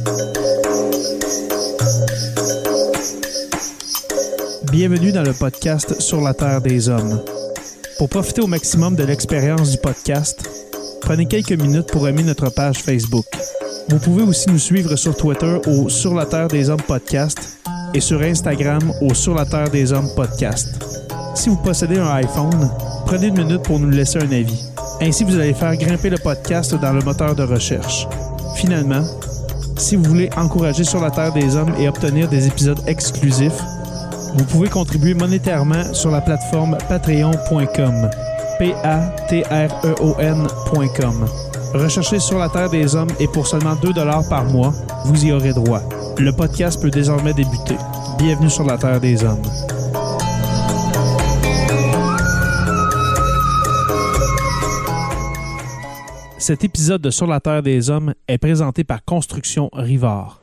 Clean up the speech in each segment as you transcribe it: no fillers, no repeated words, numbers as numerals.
Bienvenue dans le podcast Sur la Terre des Hommes. Pour profiter au maximum de l'expérience du podcast, prenez quelques minutes pour aimer notre page Facebook. Vous pouvez aussi nous suivre sur Twitter au Sur la Terre des Hommes podcast et sur Instagram au Sur la Terre des Hommes podcast. Si vous possédez un iPhone, prenez une minute pour nous laisser un avis. Ainsi, vous allez faire grimper le podcast dans le moteur de recherche. Finalement, si vous voulez encourager Sur la Terre des Hommes et obtenir des épisodes exclusifs, vous pouvez contribuer monétairement sur la plateforme patreon.com. patreon.com. Recherchez Sur la Terre des Hommes et pour seulement 2$ par mois, vous y aurez droit. Le podcast peut désormais débuter. Bienvenue sur la Terre des Hommes. Cet épisode de Sur la Terre des Hommes est présenté par Construction Rivard.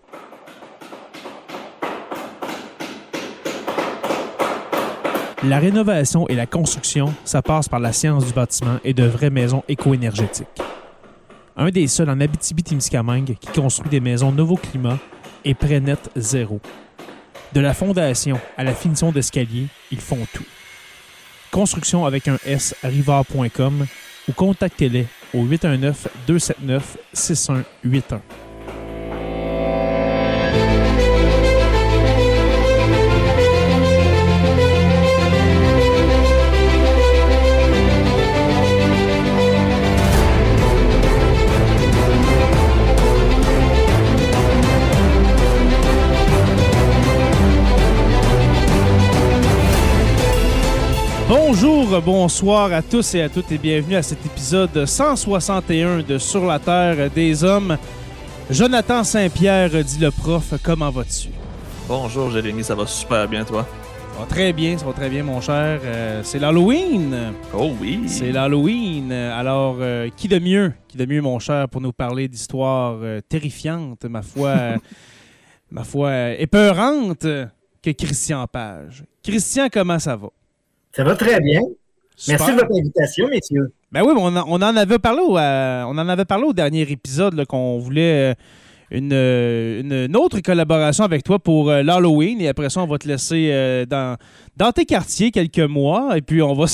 La rénovation et la construction, ça passe par la science du bâtiment et de vraies maisons éco-énergétiques. Un des seuls en Abitibi-Témiscamingue qui construit des maisons Novoclimat et Prénet Zéro. De la fondation à la finition d'escalier, ils font tout. Construction avec un S, rivard.com ou contactez-les au 819-279-6181. Bonjour, bonsoir à tous et à toutes et bienvenue à cet épisode 161 de Sur la Terre des Hommes. Jonathan Saint-Pierre dit le prof, comment vas-tu? Bonjour Jérémy, ça va super bien toi? Ça va très bien mon cher. C'est l'Halloween. Oh oui! C'est l'Halloween. Alors, qui de mieux mon cher pour nous parler d'histoires terrifiantes, ma foi épeurantes que Christian Page. Christian, comment ça va? Ça va très bien. Super. Merci de votre invitation, messieurs. Ben oui, on en avait parlé au dernier épisode là, qu'on voulait une autre collaboration avec toi pour l'Halloween. Et après ça, on va te laisser dans tes quartiers quelques mois. Et puis, on va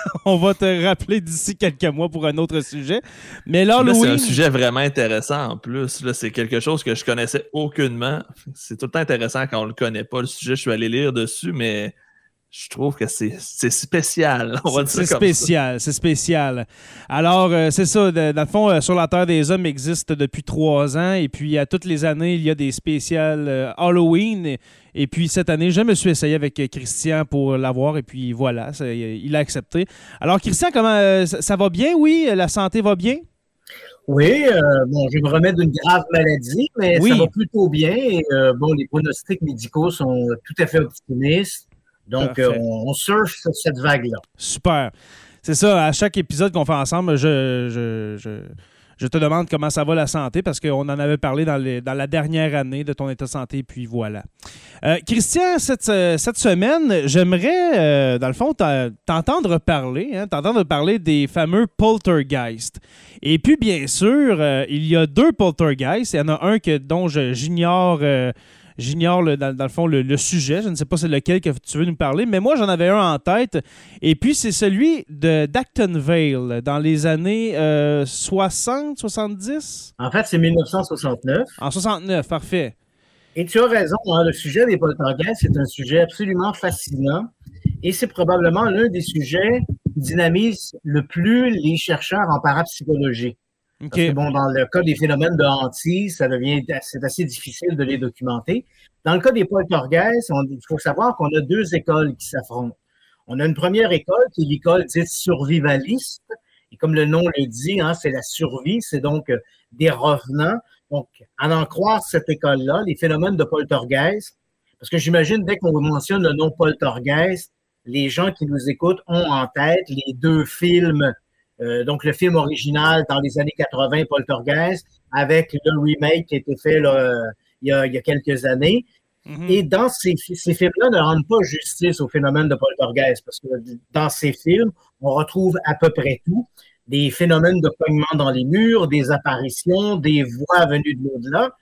te rappeler d'ici quelques mois pour un autre sujet. Mais l'Halloween... Là, c'est un sujet vraiment intéressant en plus. Là, c'est quelque chose que je connaissais aucunement. C'est tout le temps intéressant quand on le connaît pas, le sujet. Je suis allé lire dessus, mais... Je trouve que c'est spécial. C'est spécial. Alors, c'est ça. Dans le fond, Sur la Terre des Hommes existe depuis 3 ans. Et puis, à toutes les années, il y a des spéciales Halloween. Et puis, cette année, je me suis essayé avec Christian pour l'avoir. Et puis, voilà, il a accepté. Alors, Christian, comment ça va bien? Oui, la santé va bien? Oui, je me remets d'une grave maladie, mais oui. Ça va plutôt bien. Et, les pronostics médicaux sont tout à fait optimistes. Donc, on surfe sur cette vague-là. Super. C'est ça, à chaque épisode qu'on fait ensemble, je te demande comment ça va la santé parce qu'on en avait parlé dans la dernière année de ton état de santé, puis voilà. Christian, cette semaine, j'aimerais, dans le fond, t'entendre parler des fameux poltergeists. Et puis, bien sûr, il y a 2 poltergeists. Il y en a un dont j'ignore... dans le fond, le sujet. Je ne sais pas c'est lequel que tu veux nous parler, mais moi, j'en avais un en tête. Et puis, c'est celui d'Acton Vale, dans les années 60, 70? En fait, c'est 1969. En 69, parfait. Et tu as raison, hein, le sujet des poltergeists, c'est un sujet absolument fascinant. Et c'est probablement l'un des sujets qui dynamise le plus les chercheurs en parapsychologie. Okay. Parce que, dans le cas des phénomènes de hantise, c'est assez difficile de les documenter. Dans le cas des poltergeists, il faut savoir qu'on a 2 écoles qui s'affrontent. On a une première école qui est l'école dite survivaliste. Et comme le nom le dit, hein, c'est la survie, c'est donc des revenants. Donc, à en croire cette école-là, les phénomènes de poltergeist, parce que j'imagine, dès qu'on mentionne le nom poltergeist, les gens qui nous écoutent ont en tête les 2 films. Donc, le film original dans les années 80, Poltergeist, avec le remake qui a été fait là, il y a quelques années. Mm-hmm. Et dans ces films-là ne rendent pas justice au phénomène de poltergeist, parce que dans ces films, on retrouve à peu près tout. Des phénomènes de cognement dans les murs, des apparitions, des voix venues de l'au-delà.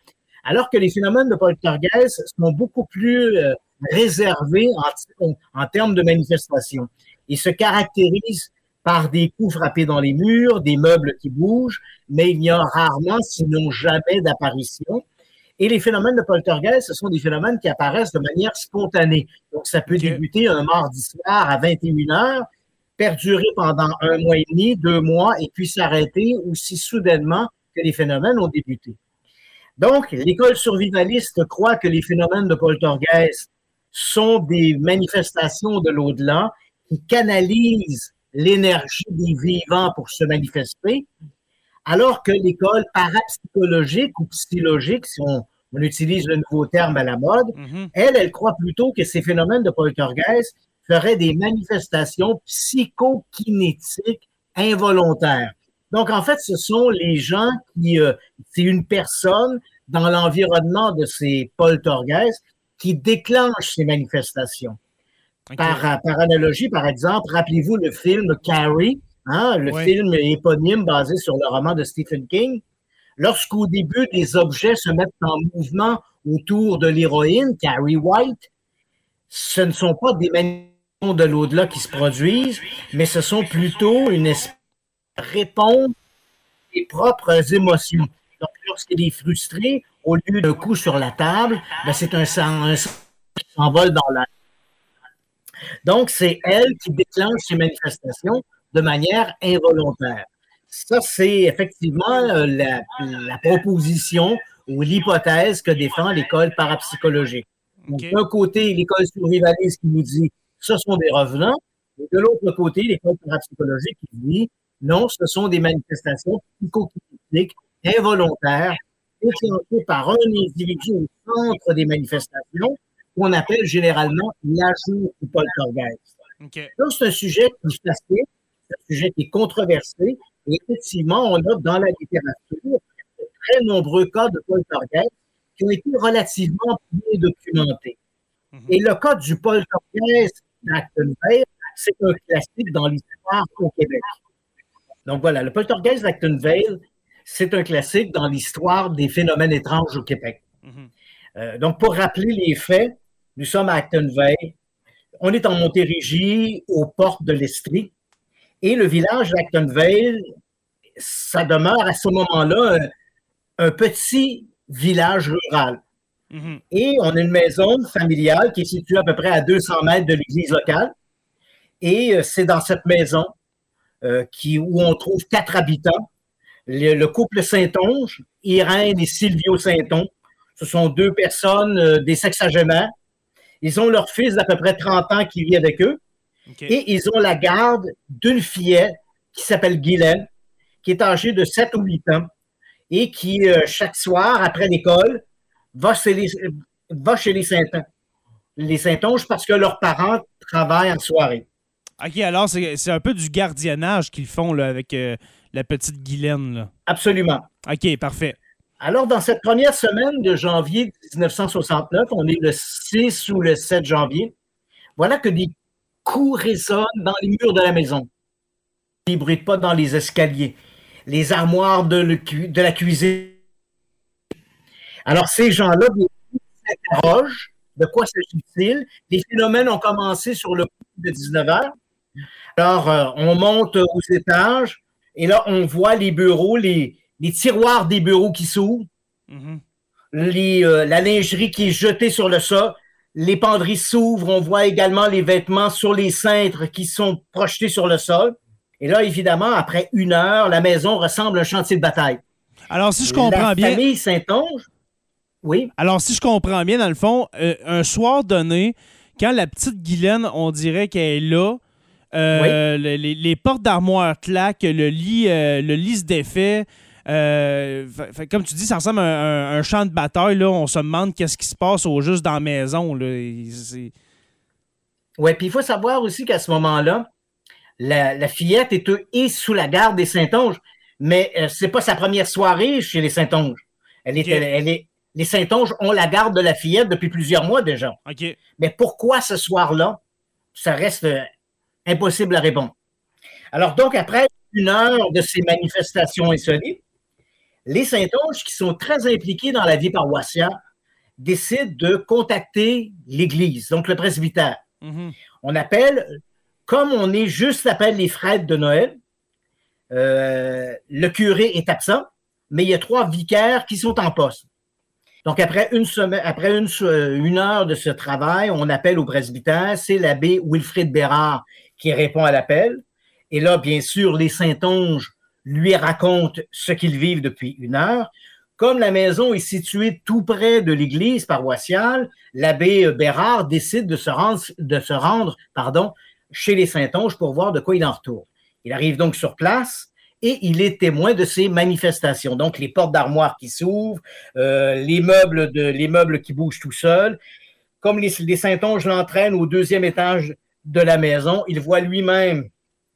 Alors que les phénomènes de poltergeist sont beaucoup plus réservés en termes de manifestation. Ils se caractérisent par des coups frappés dans les murs, des meubles qui bougent, mais il y a rarement, sinon jamais, d'apparition. Et les phénomènes de poltergeist, ce sont des phénomènes qui apparaissent de manière spontanée. Donc, ça peut débuter un mardi soir à 21h, perdurer pendant 1 mois et demi, 2 mois, et puis s'arrêter aussi soudainement que les phénomènes ont débuté. Donc, l'école survivaliste croit que les phénomènes de poltergeist sont des manifestations de l'au-delà qui canalisent l'énergie des vivants pour se manifester, alors que l'école parapsychologique ou psychologique, si on utilise le nouveau terme à la mode, elle croit plutôt que ces phénomènes de poltergeist feraient des manifestations psychokinétiques involontaires. Donc, en fait, ce sont les gens qui, c'est une personne dans l'environnement de ces poltergeists qui déclenche ces manifestations. Okay. Par analogie, par exemple, rappelez-vous le film Carrie, le film éponyme basé sur le roman de Stephen King. Lorsqu'au début, des objets se mettent en mouvement autour de l'héroïne, Carrie White, ce ne sont pas des manifestations de l'au-delà qui se produisent, mais ce sont plutôt une espèce de réponse des propres émotions. Donc, lorsqu'elle est frustrée, au lieu d'un coup sur la table, ben c'est un sang qui s'envole dans l'air. Donc, c'est elle qui déclenche ces manifestations de manière involontaire. Ça, c'est effectivement la proposition ou l'hypothèse que défend l'école parapsychologique. Donc, d'un côté, l'école survivaliste qui nous dit « ce sont des revenants », et de l'autre côté, l'école parapsychologique qui dit « non, ce sont des manifestations psychokinétiques involontaires déclenchées par un individu au centre des manifestations qu'on appelle généralement l'agent du poltergeist. » Donc, c'est un sujet qui est facile, c'est un sujet qui est controversé, et effectivement, on a dans la littérature de très nombreux cas de poltergeist qui ont été relativement bien documentés. Et le cas du poltergeist d'Acton Vale, c'est un classique dans l'histoire au Québec. Donc voilà, le poltergeist d'Acton Vale, c'est un classique dans l'histoire des phénomènes étranges au Québec. Donc, pour rappeler les faits, nous sommes à Acton Vale, on est en Montérégie, aux portes de l'Estrie, et le village d'Acton Vale, ça demeure à ce moment-là un petit village rural. Et on a une maison familiale qui est située à peu près à 200 mètres de l'église locale. Et c'est dans cette maison où on trouve 4 habitants. Le couple Saint-Onge, Irène et Silvio Saint-Onge. Ce sont 2 personnes, des sexagénaires. Ils ont leur fils d'à peu près 30 ans qui vit avec eux. Et ils ont la garde d'une fillette qui s'appelle Guylaine, qui est âgée de 7 ou 8 ans et qui, chaque soir, après l'école, va chez les Saint-Onge. Les Saint-Onge parce que leurs parents travaillent en soirée. OK, alors c'est un peu du gardiennage qu'ils font là, avec la petite Guylaine. Là. Absolument. OK, parfait. Alors, dans cette première semaine de janvier 1969, on est le 6 ou le 7 janvier, voilà que des coups résonnent dans les murs de la maison. Ils ne bruitent pas dans les escaliers, les armoires de la cuisine. Alors, ces gens-là s'interrogent de quoi s'agit-il. Les phénomènes ont commencé sur le coup de 19h. Alors, on monte aux étages et là, on voit les bureaux, les tiroirs des bureaux qui s'ouvrent, la lingerie qui est jetée sur le sol, les penderies s'ouvrent, on voit également les vêtements sur les cintres qui sont projetés sur le sol. Et là, évidemment, après 1 heure, la maison ressemble à un chantier de bataille. Alors, si je comprends bien... La famille Saint-Onge, oui. Alors, si je comprends bien, dans le fond, un soir donné, quand la petite Guylaine, on dirait qu'elle est là, les portes d'armoire claquent, le lit se défait. Comme tu dis, ça ressemble à un champ de bataille. Là. On se demande qu'est-ce qui se passe au juste dans la maison. Oui, puis il faut savoir aussi qu'à ce moment-là, la fillette est sous la garde des Saint-Onge, mais c'est pas sa première soirée chez les Saint-Onge. Les Saint-Onge ont la garde de la fillette depuis plusieurs mois déjà. Okay. Mais pourquoi ce soir-là? Ça reste impossible à répondre. Alors donc, après 1 heure de ces manifestations insolites, Les Saintonges, qui sont très impliqués dans la vie paroissiale, décident de contacter l'Église, donc le presbytère. On appelle, comme on est juste après les fêtes de Noël, le curé est absent, mais il y a 3 vicaires qui sont en poste. Donc, après une heure de ce travail, on appelle au presbytère, c'est l'abbé Wilfrid Bérard qui répond à l'appel. Et là, bien sûr, les Saintonges lui racontent ce qu'ils vivent depuis 1 heure. Comme la maison est située tout près de l'église paroissiale, l'abbé Bérard décide de se rendre chez les Saintonges pour voir de quoi il en retourne. Il arrive donc sur place et il est témoin de ces manifestations. Donc, les portes d'armoire qui s'ouvrent, les meubles qui bougent tout seuls. Comme les Saintonges l'entraînent au 2e étage de la maison, il voit lui-même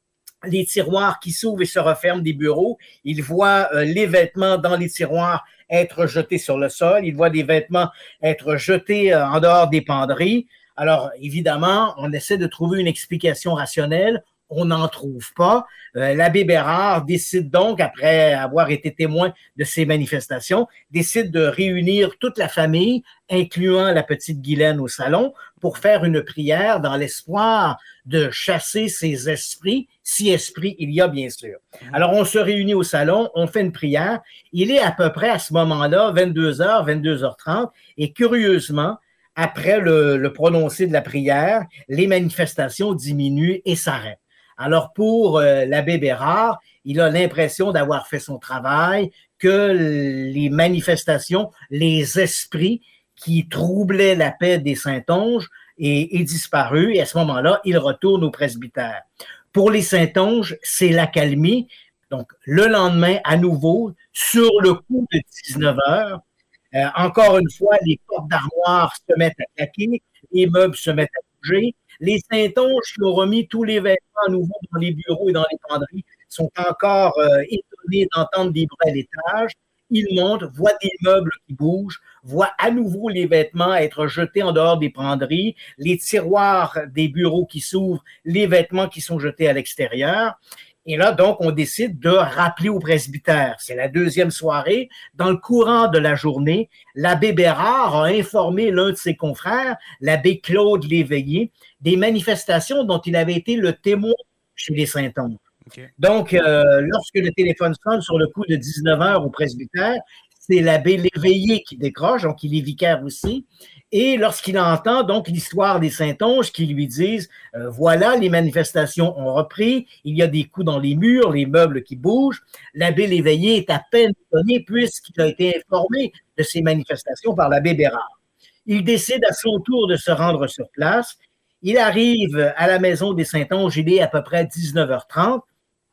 les tiroirs qui s'ouvrent et se referment des bureaux. Il voit les vêtements dans les tiroirs être jetés sur le sol. Il voit des vêtements être jetés en dehors des penderies. Alors, évidemment, on essaie de trouver une explication rationnelle. On n'en trouve pas. L'abbé Bérard décide donc, après avoir été témoin de ces manifestations, décide de réunir toute la famille, incluant la petite Guylaine au salon, pour faire une prière dans l'espoir de chasser ces esprits, si esprits il y a bien sûr. Alors, on se réunit au salon, on fait une prière. Il est à peu près à ce moment-là, 22h, 22h30, et curieusement, après le prononcé de la prière, les manifestations diminuent et s'arrêtent. Alors, pour l'abbé Bérard, il a l'impression d'avoir fait son travail, que les manifestations, les esprits qui troublaient la paix des Saintonges est disparu, et à ce moment-là, il retourne au presbytère. Pour les Saintonges, c'est l'accalmie. Donc, le lendemain, à nouveau, sur le coup de 19 heures, encore une fois, les portes d'armoire se mettent à claquer, les meubles se mettent à bouger. Les Saintonges qui ont remis tous les vêtements à nouveau dans les bureaux et dans les penderies sont encore étonnés d'entendre des bruits à l'étage. Ils montent, voient des meubles qui bougent, voient à nouveau les vêtements être jetés en dehors des penderies, les tiroirs des bureaux qui s'ouvrent, les vêtements qui sont jetés à l'extérieur. Et là, donc, on décide de rappeler au presbytère. C'est la 2e soirée. Dans le courant de la journée, l'abbé Bérard a informé l'un de ses confrères, l'abbé Claude Léveillé, des manifestations dont il avait été le témoin chez les Saintonges. Okay. Donc, lorsque le téléphone sonne sur le coup de 19h au presbytère, c'est l'abbé Léveillé qui décroche, donc il est vicaire aussi. Et lorsqu'il entend donc l'histoire des Saintonges qui lui disent voilà, les manifestations ont repris, il y a des coups dans les murs, les meubles qui bougent, l'abbé Léveillé est à peine étonné puisqu'il a été informé de ces manifestations par l'abbé Bérard. Il décide à son tour de se rendre sur place. Il arrive à la maison des Saintonges, il est à peu près 19h30,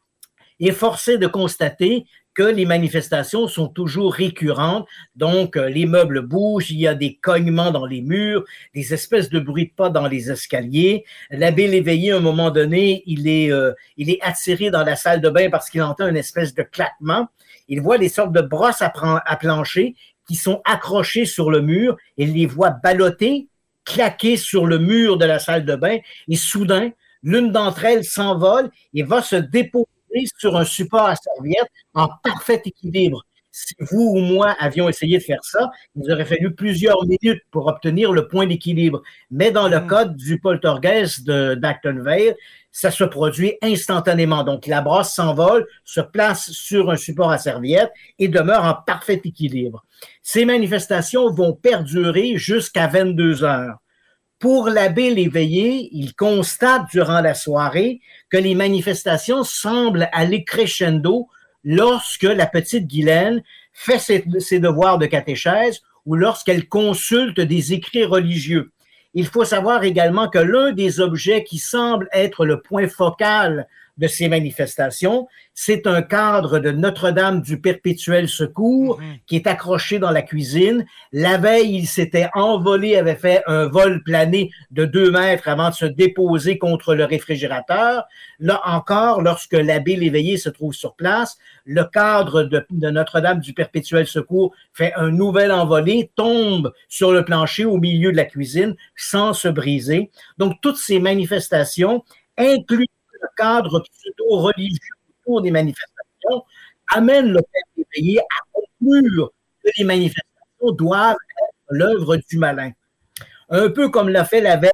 et forcé de constater que les manifestations sont toujours récurrentes. Donc, les meubles bougent, il y a des cognements dans les murs, des espèces de bruits de pas dans les escaliers. L'abbé Léveillé, à un moment donné, il est attiré dans la salle de bain parce qu'il entend une espèce de claquement. Il voit des sortes de brosses à plancher qui sont accrochées sur le mur. Il les voit ballotter, claquer sur le mur de la salle de bain. Et soudain, l'une d'entre elles s'envole et va se déposer sur un support à serviette en parfait équilibre. Si vous ou moi avions essayé de faire ça, il nous aurait fallu plusieurs minutes pour obtenir le point d'équilibre. Mais dans le cas du poltergeist d'Acton Vale, ça se produit instantanément. Donc, la brosse s'envole, se place sur un support à serviette et demeure en parfait équilibre. Ces manifestations vont perdurer jusqu'à 22 heures. Pour l'abbé Léveillé, il constate durant la soirée que les manifestations semblent aller crescendo lorsque la petite Guylaine fait ses devoirs de catéchèse ou lorsqu'elle consulte des écrits religieux. Il faut savoir également que l'un des objets qui semble être le point focal de ces manifestations, c'est un cadre de Notre-Dame du Perpétuel Secours qui est accroché dans la cuisine. La veille, il s'était envolé, avait fait un vol plané de 2 mètres avant de se déposer contre le réfrigérateur. Là encore, lorsque l'abbé Léveillé se trouve sur place, le cadre de Notre-Dame du Perpétuel Secours fait un nouvel envolé, tombe sur le plancher au milieu de la cuisine sans se briser. Donc, toutes ces manifestations incluent le cadre pseudo-religieux autour des manifestations, amène le père Léveillé à conclure que les manifestations doivent être l'œuvre du malin. Un peu comme l'a fait la veille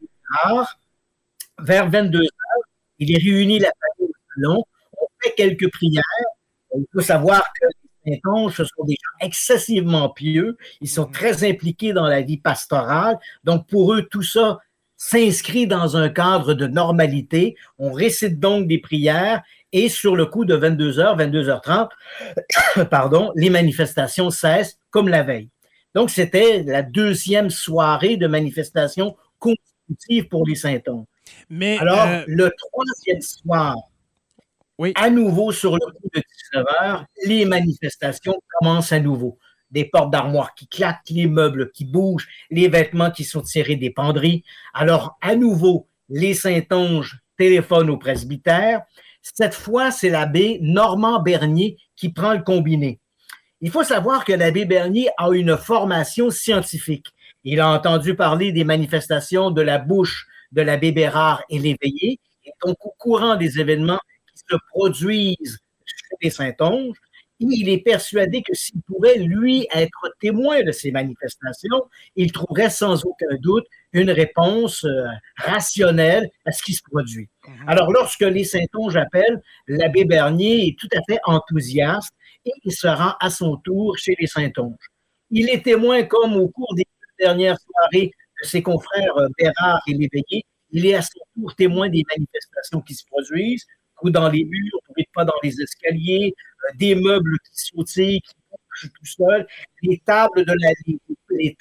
vers 22 heures, il est réuni la famille au salon, on fait quelques prières. Il faut savoir que les Saintonges, ce sont des gens excessivement pieux, ils sont très impliqués dans la vie pastorale, donc pour eux, tout ça s'inscrit dans un cadre de normalité. On récite donc des prières et sur le coup de 22h, 22h30, pardon, les manifestations cessent comme la veille. Donc, c'était la deuxième soirée de manifestation consécutive pour les Saintonges. Mais, alors, le troisième soir, oui. À nouveau sur le coup de 19h, les manifestations commencent à nouveau. Des portes d'armoire qui claquent, les meubles qui bougent, les vêtements qui sont tirés des penderies. Alors, à nouveau, les Saintonges téléphonent au presbytère. Cette fois, c'est l'abbé Normand Bernier qui prend le combiné. Il faut savoir que l'abbé Bernier a une formation scientifique. Il a entendu parler des manifestations de la bouche de l'abbé Bérard et l'éveillé. Et donc, au courant des événements qui se produisent chez les Saintonges, il est persuadé que s'il pouvait, lui, être témoin de ces manifestations, il trouverait sans aucun doute une réponse rationnelle à ce qui se produit. Alors, lorsque les Saintonges appellent, l'abbé Bernier est tout à fait enthousiaste et il se rend à son tour chez les Saintonges. Il est témoin, comme au cours des dernières soirées de ses confrères Bérard et Léveillé, il est à son tour témoin des manifestations qui se produisent, ou dans les murs, pas dans les escaliers, des meubles qui sautillent, qui bougent tout seuls, les tables, les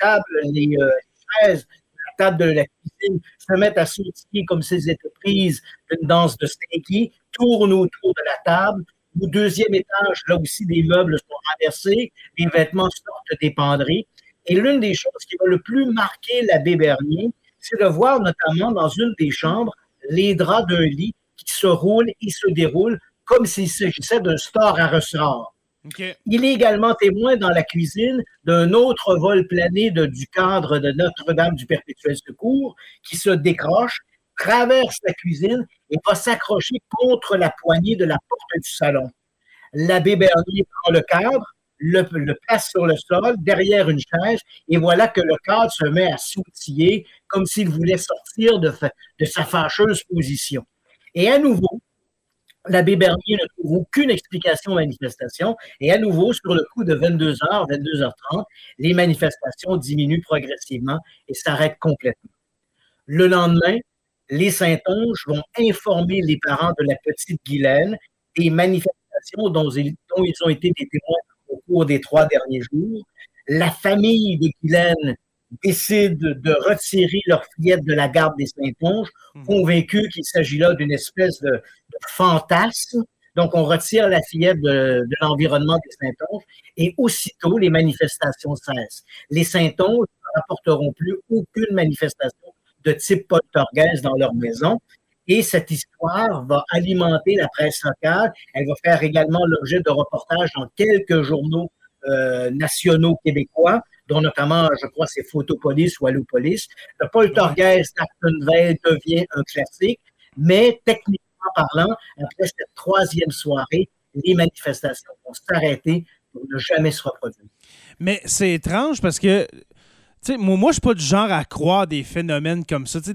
chaises, la table de la cuisine se mettent à sautiller comme si elles étaient prises d'une danse de stinky, tournent autour de la table. Au deuxième étage, là aussi, des meubles sont renversés, les vêtements sortent des penderies. Et l'une des choses qui va le plus marquer l'abbé Bernier, c'est de voir notamment dans une des chambres les draps d'un lit qui se roulent et se déroulent comme s'il s'agissait d'un store à ressort. Okay. Il est également témoin dans la cuisine d'un autre vol plané du cadre de Notre-Dame du Perpétuel Secours qui se décroche, traverse la cuisine et va s'accrocher contre la poignée de la porte du salon. L'abbé Bernier prend le cadre, le place sur le sol, derrière une chaise, et voilà que le cadre se met à sautiller comme s'il voulait sortir de sa fâcheuse position. Et à nouveau, l'abbé Bernier ne trouve aucune explication aux manifestations, et à nouveau, sur le coup de 22h, 22h30, les manifestations diminuent progressivement et s'arrêtent complètement. Le lendemain, les Saintonges vont informer les parents de la petite Guylaine des manifestations dont ils ont été des témoins au cours des 3 derniers jours. La famille de Guylaine décide de retirer leur fillette de la garde des Saintonges, convaincus qu'il s'agit là d'une espèce de fantasme. Donc, on retire la fillette de l'environnement des Saintonges et aussitôt, les manifestations cessent. Les Saintonges ne rapporteront plus aucune manifestation de type poltergeist dans leur maison. Et cette histoire va alimenter la presse locale. Elle va faire également l'objet de reportages dans quelques journaux nationaux québécois, dont notamment, je crois, c'est Photopolis ou Allopolis. Le poltergeist d'Actonville devient un classique, mais techniquement parlant, après cette 3e soirée, les manifestations vont s'arrêter pour ne jamais se reproduire. Mais c'est étrange parce que moi, je ne suis pas du genre à croire des phénomènes comme ça,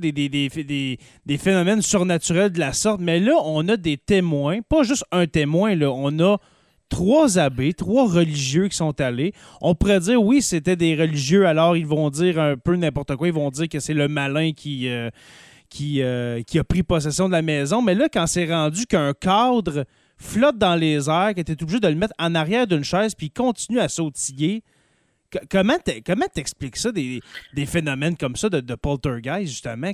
des phénomènes surnaturels de la sorte, mais là, on a des témoins, pas juste un témoin, là, on a 3 abbés, 3 religieux qui sont allés. On pourrait dire, oui, c'était des religieux, alors ils vont dire un peu n'importe quoi, ils vont dire que c'est le malin qui a pris possession de la maison, mais là, quand c'est rendu qu'un cadre flotte dans les airs, que tu es obligé de le mettre en arrière d'une chaise, puis il continue à sautiller, comment t'expliques ça, des phénomènes comme ça de poltergeist, justement?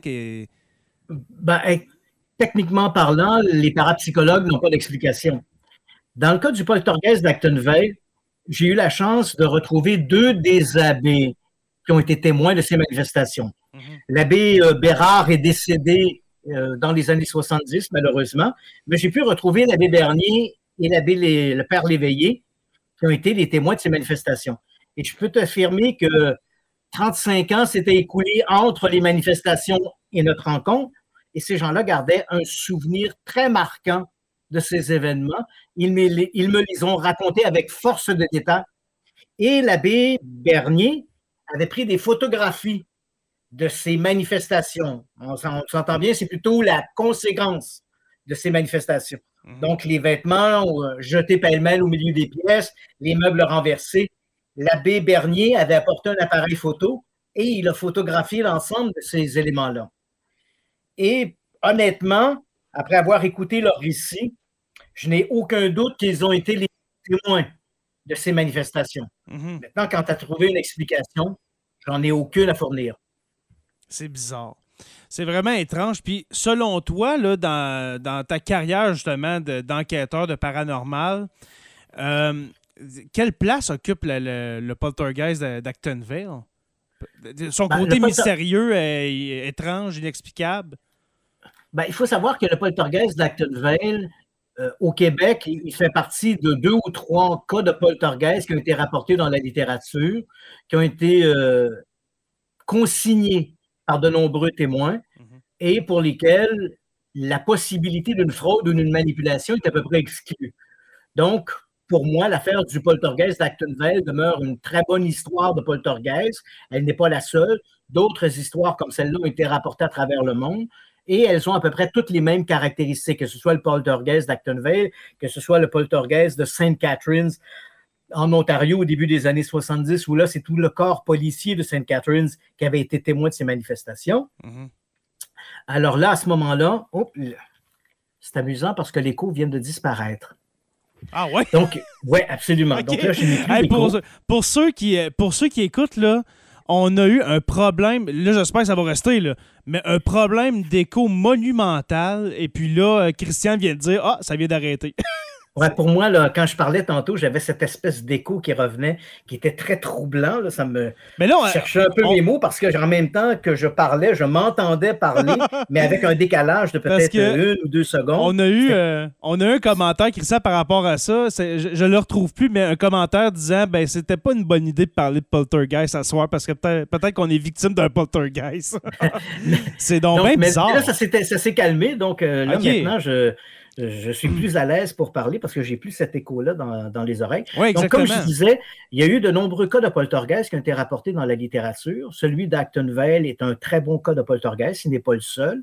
Techniquement parlant, les parapsychologues n'ont pas d'explication. Dans le cas du poltergeist d'Actonville, j'ai eu la chance de retrouver 2 des abbés qui ont été témoins de ces manifestations. L'abbé Bérard est décédé dans les années 70, malheureusement, mais j'ai pu retrouver l'abbé Bernier et le père Léveillé qui ont été les témoins de ces manifestations. Et je peux t'affirmer que 35 ans s'étaient écoulés entre les manifestations et notre rencontre, et ces gens-là gardaient un souvenir très marquant de ces événements. Ils me les ont racontés avec force de détail Et l'abbé Bernier avait pris des photographies de ces manifestations. On s'entend bien, c'est plutôt la conséquence de ces manifestations. Donc, les vêtements jetés pêle-mêle au milieu des pièces, les meubles renversés. L'abbé Bernier avait apporté un appareil photo et il a photographié l'ensemble de ces éléments-là. Et honnêtement, après avoir écouté leur récit, je n'ai aucun doute qu'ils ont été les témoins de ces manifestations. Maintenant, quand tu as trouvé une explication, j'en ai aucune à fournir. C'est bizarre. C'est vraiment étrange. Puis, selon toi, là, dans ta carrière, justement, d'enquêteur de paranormal, quelle place occupe le poltergeist d'Actonville? Son côté mystérieux, étrange, inexplicable? Il faut savoir que le poltergeist d'Actonville, au Québec, il fait partie de 2 ou 3 cas de poltergeist qui ont été rapportés dans la littérature, qui ont été consignés par de nombreux témoins et pour lesquels la possibilité d'une fraude ou d'une manipulation est à peu près exclue. Donc, pour moi, l'affaire du poltergeist d'Actonville demeure une très bonne histoire de poltergeist. Elle n'est pas la seule. D'autres histoires comme celle-là ont été rapportées à travers le monde et elles ont à peu près toutes les mêmes caractéristiques, que ce soit le poltergeist d'Actonville, que ce soit le poltergeist de St. Catharines en Ontario au début des années 70, où là, c'est tout le corps policier de St. Catharines qui avait été témoin de ces manifestations. Alors là, à ce moment-là, c'est amusant parce que l'écho vient de disparaître. Ah ouais? Donc, oui, absolument. Okay. Donc là, je n'ai plus l'écho. Pour ceux qui écoutent, là, on a eu un problème, là, j'espère que ça va rester, là, mais un problème d'écho monumental. Et puis là, Christian vient de dire « ça vient d'arrêter. » Ouais, pour moi, là, quand je parlais tantôt, j'avais cette espèce d'écho qui revenait, qui était très troublant. Là, ça me cherchait un peu mes mots parce que en même temps que je parlais, je m'entendais parler, mais avec un décalage de peut-être 1 ou 2 secondes. On a eu un commentaire, Christian, par rapport à ça. Je ne le retrouve plus, mais un commentaire disant c'était pas une bonne idée de parler de poltergeist ce soir parce que peut-être qu'on est victime d'un poltergeist. C'est donc bien bizarre. Là, ça s'est calmé. Donc là, maintenant, je suis plus à l'aise pour parler parce que j'ai plus cet écho-là dans les oreilles. Oui, donc, comme je disais, il y a eu de nombreux cas de poltergeist qui ont été rapportés dans la littérature. Celui d'Actonville est un très bon cas de poltergeist. Il n'est pas le seul.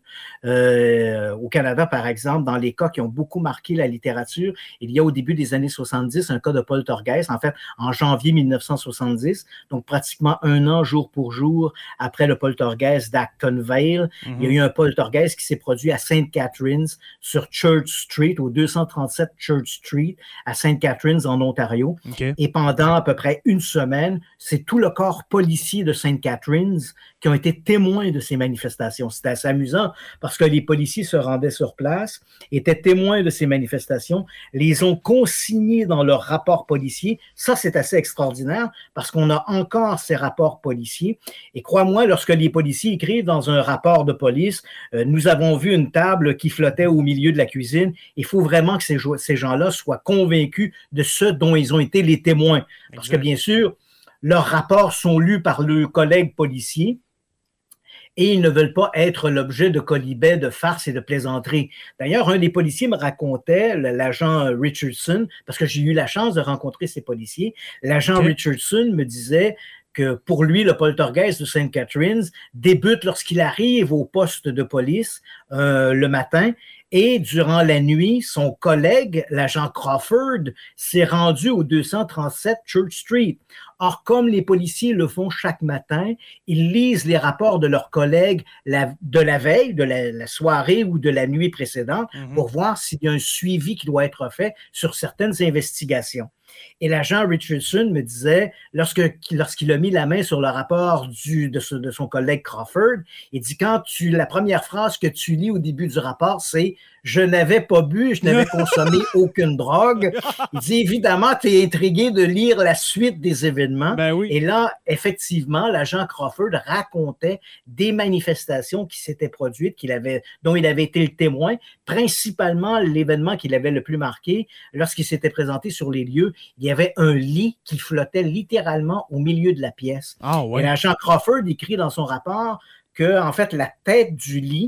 Au Canada, par exemple, dans les cas qui ont beaucoup marqué la littérature, il y a au début des années 70 un cas de poltergeist, en fait, en janvier 1970, donc pratiquement 1 an jour pour jour après le poltergeist d'Actonville. Il y a eu un poltergeist qui s'est produit à St. Catharines sur Church Street, au 237 Church Street, à St. Catharines, en Ontario. Okay. Et pendant à peu près 1 semaine, c'est tout le corps policier de St. Catharines qui ont été témoins de ces manifestations. C'était assez amusant parce que les policiers se rendaient sur place, étaient témoins de ces manifestations, les ont consignés dans leur rapport policier. Ça, c'est assez extraordinaire parce qu'on a encore ces rapports policiers. Et crois-moi, lorsque les policiers écrivent dans un rapport de police, nous avons vu une table qui flottait au milieu de la cuisine. Il faut vraiment que ces gens-là soient convaincus de ce dont ils ont été les témoins. Parce que bien sûr, leurs rapports sont lus par leurs collègues policiers et ils ne veulent pas être l'objet de quolibets, de farces et de plaisanteries. D'ailleurs, un des policiers me racontait, l'agent Richardson, parce que j'ai eu la chance de rencontrer ces policiers, l'agent Richardson me disait que pour lui, le poltergeist de St. Catharines débute lorsqu'il arrive au poste de police le matin. Et durant la nuit, son collègue, l'agent Crawford, s'est rendu au 237 Church Street. Or, comme les policiers le font chaque matin, ils lisent les rapports de leurs collègues de la veille, de la soirée ou de la nuit précédente pour voir s'il y a un suivi qui doit être fait sur certaines investigations. Et l'agent Richardson me disait, lorsqu'il a mis la main sur le rapport de son collègue Crawford, il dit, la première phrase que tu lis au début du rapport, c'est « Je n'avais pas bu, je n'avais consommé aucune drogue ». Il dit, évidemment, tu es intrigué de lire la suite des événements. Ben oui. Et là, effectivement, l'agent Crawford racontait des manifestations qui s'étaient produites, dont il avait été le témoin, principalement l'événement qui l'avait le plus marqué, lorsqu'il s'était présenté sur les lieux, il y avait un lit qui flottait littéralement au milieu de la pièce. Ah ouais. Et l'agent Crawford écrit dans son rapport que, en fait, la tête du lit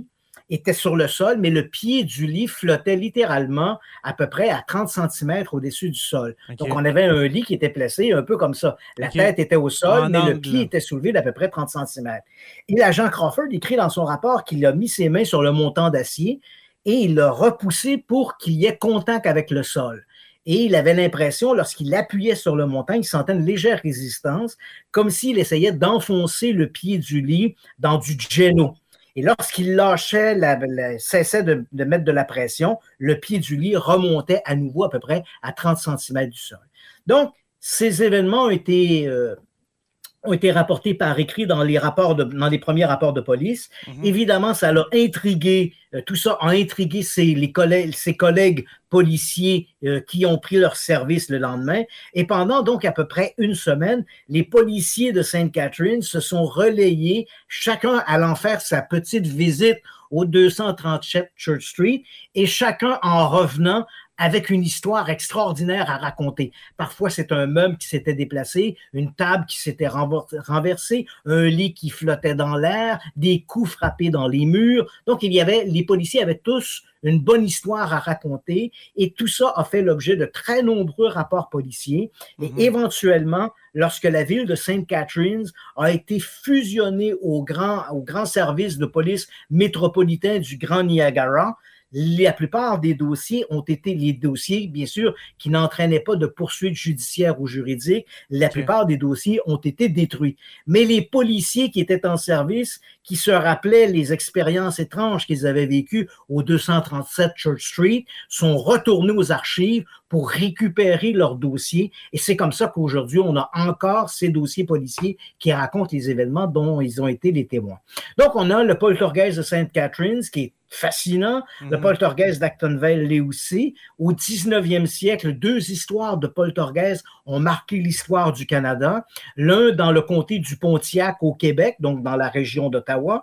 était sur le sol, mais le pied du lit flottait littéralement à peu près à 30 cm au-dessus du sol. OK. Donc, on avait un lit qui était placé un peu comme ça. La OK. tête était au sol, En mais le angle, pied là. était soulevé d'à peu près 30 cm. Et l'agent Crawford écrit dans son rapport qu'il a mis ses mains sur le montant d'acier et il l'a repoussé pour qu'il y ait contact avec le sol. Et il avait l'impression, lorsqu'il appuyait sur le montant, il sentait une légère résistance, comme s'il essayait d'enfoncer le pied du lit dans du jello. Et lorsqu'il lâchait, cessait de mettre de la pression, le pied du lit remontait à nouveau à peu près à 30 cm du sol. Donc, ces événements ont été rapportés par écrit dans les premiers rapports de police. Évidemment, ça l'a intrigué, tout ça a intrigué ses collègues policiers qui ont pris leur service le lendemain. Et pendant donc à peu près une semaine, les policiers de St. Catherine se sont relayés, chacun allant faire sa petite visite au 237 Church Street et chacun en revenant avec une histoire extraordinaire à raconter. Parfois, c'est un meuble qui s'était déplacé, une table qui s'était renversée, un lit qui flottait dans l'air, des coups frappés dans les murs. Donc, les policiers avaient tous une bonne histoire à raconter et tout ça a fait l'objet de très nombreux rapports policiers. Et éventuellement, lorsque la ville de St. Catharines a été fusionnée au grand service de police métropolitain du Grand Niagara, la plupart des dossiers ont été les dossiers, bien sûr, qui n'entraînaient pas de poursuites judiciaires ou juridiques. La plupart des dossiers ont été détruits. Mais les policiers qui étaient en service, qui se rappelaient les expériences étranges qu'ils avaient vécues au 237 Church Street, sont retournés aux archives pour récupérer leurs dossiers. Et c'est comme ça qu'aujourd'hui, on a encore ces dossiers policiers qui racontent les événements dont ils ont été les témoins. Donc, on a le poltergeist de St. Catharines qui est fascinant, le poltergeist d'Acton Vale l'est aussi. Au 19e siècle, 2 histoires de poltergeist ont marqué l'histoire du Canada. L'un dans le comté du Pontiac au Québec, donc dans la région d'Ottawa,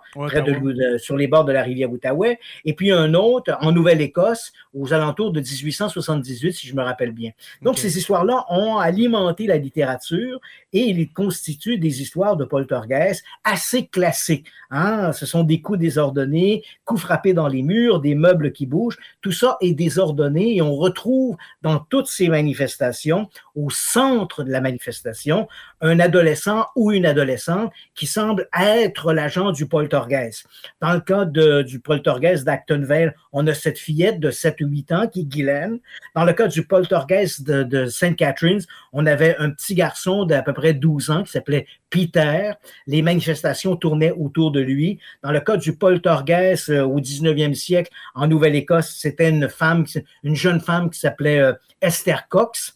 sur les bords de la rivière Outaouais, et puis un autre en Nouvelle-Écosse, aux alentours de 1878, si je me rappelle bien. Donc, ces histoires-là ont alimenté la littérature et ils constituent des histoires de poltergeist assez classiques. Ce sont des coups désordonnés, coups frappés dans les murs, des meubles qui bougent. Tout ça est désordonné et on retrouve dans toutes ces manifestations, au centre de la manifestation, un adolescent ou une adolescente qui semble être l'agent du poltergeist. Dans le cas du poltergeist d'Acton Vale, on a cette fillette de 7 ou 8 ans qui est Guylaine. Dans le cas du poltergeist de St. Catharines, on avait un petit garçon d'à peu près 12 ans qui s'appelait Peter. Les manifestations tournaient autour de lui. Dans le cas du poltergeist au 19e siècle, en Nouvelle-Écosse, c'était une jeune femme qui s'appelait Esther Cox.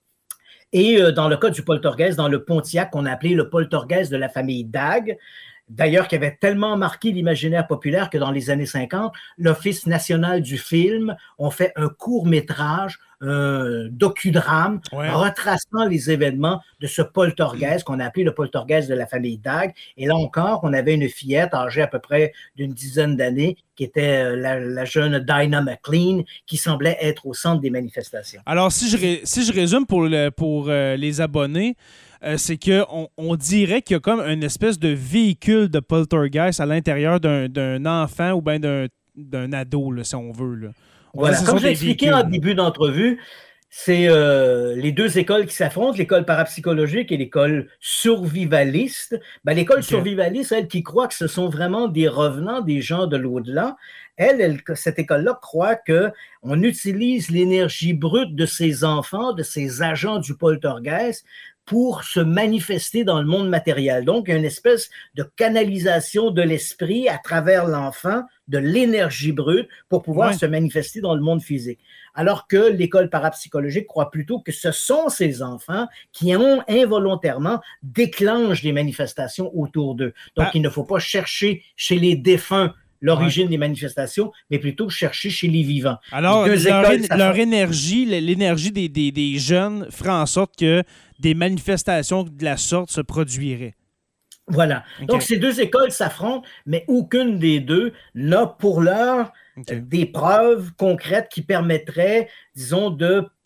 Et dans le cas du poltergeist, dans le Pontiac, qu'on a appelé le poltergeist de la famille Dagg, d'ailleurs qui avait tellement marqué l'imaginaire populaire que dans les années 50, l'Office national du film ont fait un court-métrage, un docudrame retraçant les événements de ce poltergeist qu'on a appelé le poltergeist de la famille Dagg. Et là encore, on avait une fillette âgée à peu près d'une dizaine d'années qui était la jeune Dinah McLean qui semblait être au centre des manifestations. Alors, si je résume pour les abonnés, c'est qu'on dirait qu'il y a comme une espèce de véhicule de poltergeist à l'intérieur d'un enfant ou bien d'un ado, là, si on veut. Là. Voilà, comme j'ai expliqué en début d'entrevue, c'est les 2 écoles qui s'affrontent, l'école parapsychologique et l'école survivaliste. L'école survivaliste, elle qui croit que ce sont vraiment des revenants, des gens de l'au-delà, cette école-là croit qu'on utilise l'énergie brute de ces enfants, de ces agents du poltergeist, pour se manifester dans le monde matériel. Donc, il y a une espèce de canalisation de l'esprit à travers l'enfant, de l'énergie brute, pour pouvoir se manifester dans le monde physique. Alors que l'école parapsychologique croit plutôt que ce sont ces enfants qui involontairement déclenchent des manifestations autour d'eux. Donc, il ne faut pas chercher chez les défunts l'origine des manifestations, mais plutôt chercher chez les vivants. Alors, leur énergie, l'énergie des jeunes fera en sorte que des manifestations de la sorte se produiraient. Voilà. Okay. Donc, ces 2 écoles s'affrontent, mais aucune des 2 n'a pour l'heure des preuves concrètes qui permettraient, disons, de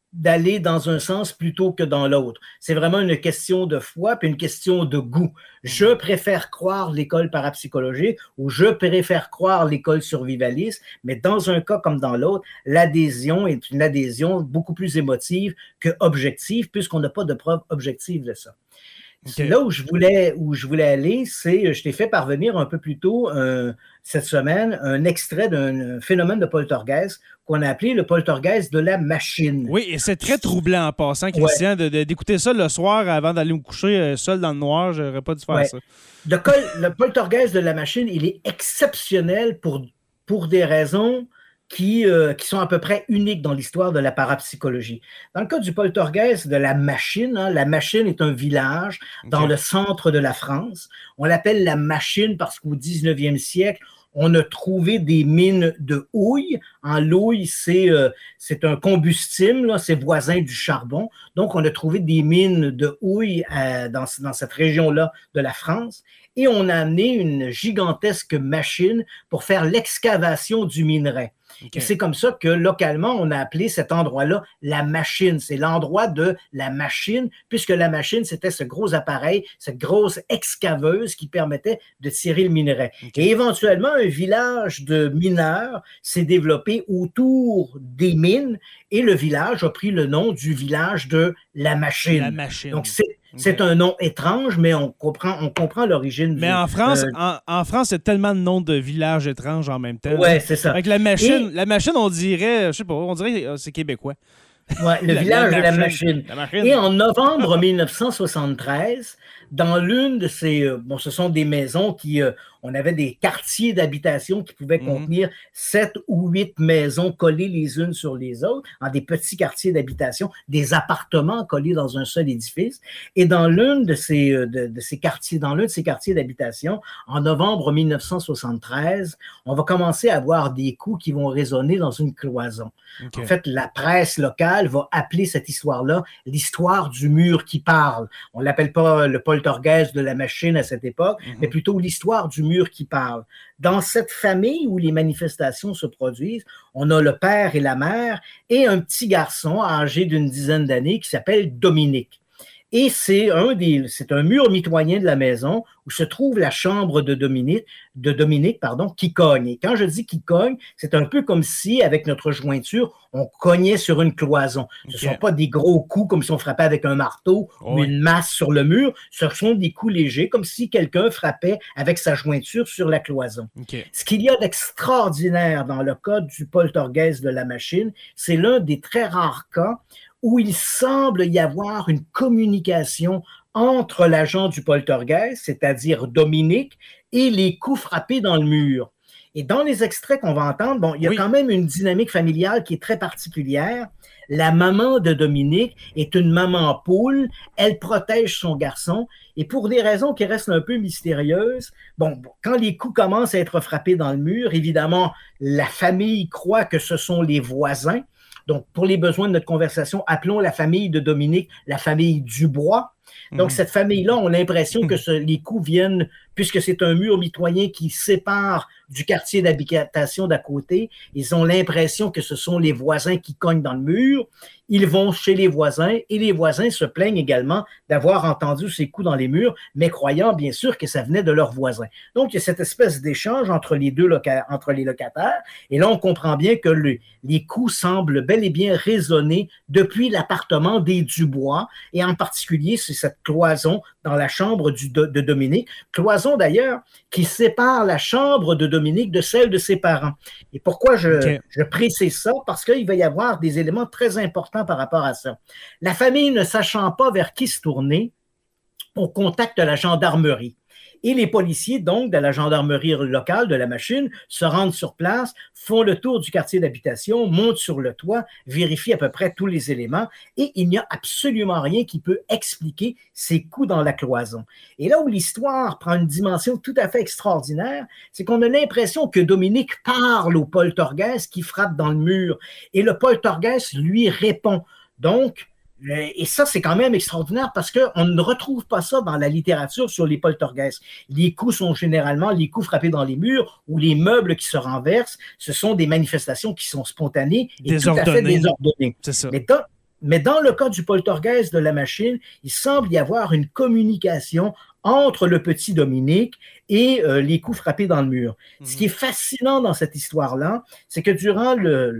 d'aller dans un sens plutôt que dans l'autre. C'est vraiment une question de foi puis une question de goût. Je préfère croire l'école parapsychologique ou je préfère croire l'école survivaliste, mais dans un cas comme dans l'autre, l'adhésion est une adhésion beaucoup plus émotive que objective puisqu'on n'a pas de preuve objective de ça. Okay. Là où je voulais aller, c'est, je t'ai fait parvenir un peu plus tôt cette semaine un extrait d'un phénomène de poltergeist qu'on a appelé le poltergeist de la machine. Oui, et c'est très troublant en passant, Christian, d'écouter ça le soir avant d'aller me coucher seul dans le noir. J'aurais pas dû faire ça. Le poltergeist de la machine, il est exceptionnel pour des raisons qui sont à peu près uniques dans l'histoire de la parapsychologie. Dans le cas du poltergeist de la machine est un village dans le centre de la France. On l'appelle la machine parce qu'au 19e siècle, on a trouvé des mines de houille. L'houille, c'est un combustible, c'est voisin du charbon. Donc, on a trouvé des mines de houille dans cette région-là de la France. Et on a amené une gigantesque machine pour faire l'excavation du minerai. Okay. Et c'est comme ça que, localement, on a appelé cet endroit-là la machine. C'est l'endroit de la machine, puisque la machine, c'était ce gros appareil, cette grosse excaveuse qui permettait de tirer le minerai. Okay. Et éventuellement, un village de mineurs s'est développé autour des mines et le village a pris le nom du village de la machine. La machine. Donc, c'est un nom étrange, mais on comprend l'origine. Mais en France, en France, il y a tellement de noms de villages étranges en même temps. Oui, c'est ça. Avec la machine, on dirait, je sais pas, on dirait c'est québécois. Oui, le village de la machine. Et en novembre 1973, dans l'une de ces... ce sont des maisons qui... on avait des quartiers d'habitation qui pouvaient contenir 7 ou 8 maisons collées les unes sur les autres, en des petits quartiers d'habitation, des appartements collés dans un seul édifice. Et dans l'une de ces quartiers, dans l'un de ces quartiers d'habitation, en novembre 1973, on va commencer à avoir des coups qui vont résonner dans une cloison. Okay. En fait, la presse locale va appeler cette histoire-là l'histoire du mur qui parle. On ne l'appelle pas le poltergeist de la machine à cette époque, mais plutôt l'histoire du mur qui parle. Dans cette famille où les manifestations se produisent, on a le père et la mère et un petit garçon âgé d'une dizaine d'années qui s'appelle Dominique. Et c'est un mur mitoyen de la maison où se trouve la chambre de Dominique, qui cogne. Et quand je dis qui cogne, c'est un peu comme si, avec notre jointure, on cognait sur une cloison. Ce ne sont pas des gros coups comme si on frappait avec un marteau ou une masse sur le mur. Ce sont des coups légers, comme si quelqu'un frappait avec sa jointure sur la cloison. Ce qu'il y a d'extraordinaire dans le cas du poltergeist de la machine, c'est l'un des très rares cas où il semble y avoir une communication entre l'agent du poltergeist, c'est-à-dire Dominique, et les coups frappés dans le mur. Et dans les extraits qu'on va entendre, il y a quand même une dynamique familiale qui est très particulière. La maman de Dominique est une maman poule, elle protège son garçon, et pour des raisons qui restent un peu mystérieuses, quand les coups commencent à être frappés dans le mur, évidemment, la famille croit que ce sont les voisins. Donc, pour les besoins de notre conversation, appelons la famille de Dominique la famille Dubois. Donc, cette famille-là, on a l'impression que les coups viennent, puisque c'est un mur mitoyen qui sépare du quartier d'habitation d'à côté, ils ont l'impression que ce sont les voisins qui cognent dans le mur. Ils vont chez les voisins et les voisins se plaignent également d'avoir entendu ces coups dans les murs, mais croyant bien sûr que ça venait de leurs voisins. Donc, il y a cette espèce d'échange entre les locataires. Et là, on comprend bien que les coups semblent bel et bien résonner depuis l'appartement des Dubois, et en particulier, c'est cette cloison dans la chambre de Dominique. Cloison, d'ailleurs, qui sépare la chambre de Dominique de celle de ses parents. Et pourquoi je précise ça? Parce qu'il va y avoir des éléments très importants par rapport à ça. La famille, ne sachant pas vers qui se tourner, on contacte la gendarmerie. Et les policiers, donc, de la gendarmerie locale de la machine, se rendent sur place, font le tour du quartier d'habitation, montent sur le toit, vérifient à peu près tous les éléments, et il n'y a absolument rien qui peut expliquer ces coups dans la cloison. Et là où l'histoire prend une dimension tout à fait extraordinaire, c'est qu'on a l'impression que Dominique parle au poltergeist qui frappe dans le mur, et le poltergeist lui répond. Donc, et ça, c'est quand même extraordinaire parce qu'on ne retrouve pas ça dans la littérature sur les poltergeists. Les coups sont généralement les coups frappés dans les murs ou les meubles qui se renversent. Ce sont des manifestations qui sont spontanées et tout à fait désordonnées. C'est ça. Mais dans le cas du poltergeist de la machine, il semble y avoir une communication entre le petit Dominique et les coups frappés dans le mur. Ce qui est fascinant dans cette histoire-là, c'est que durant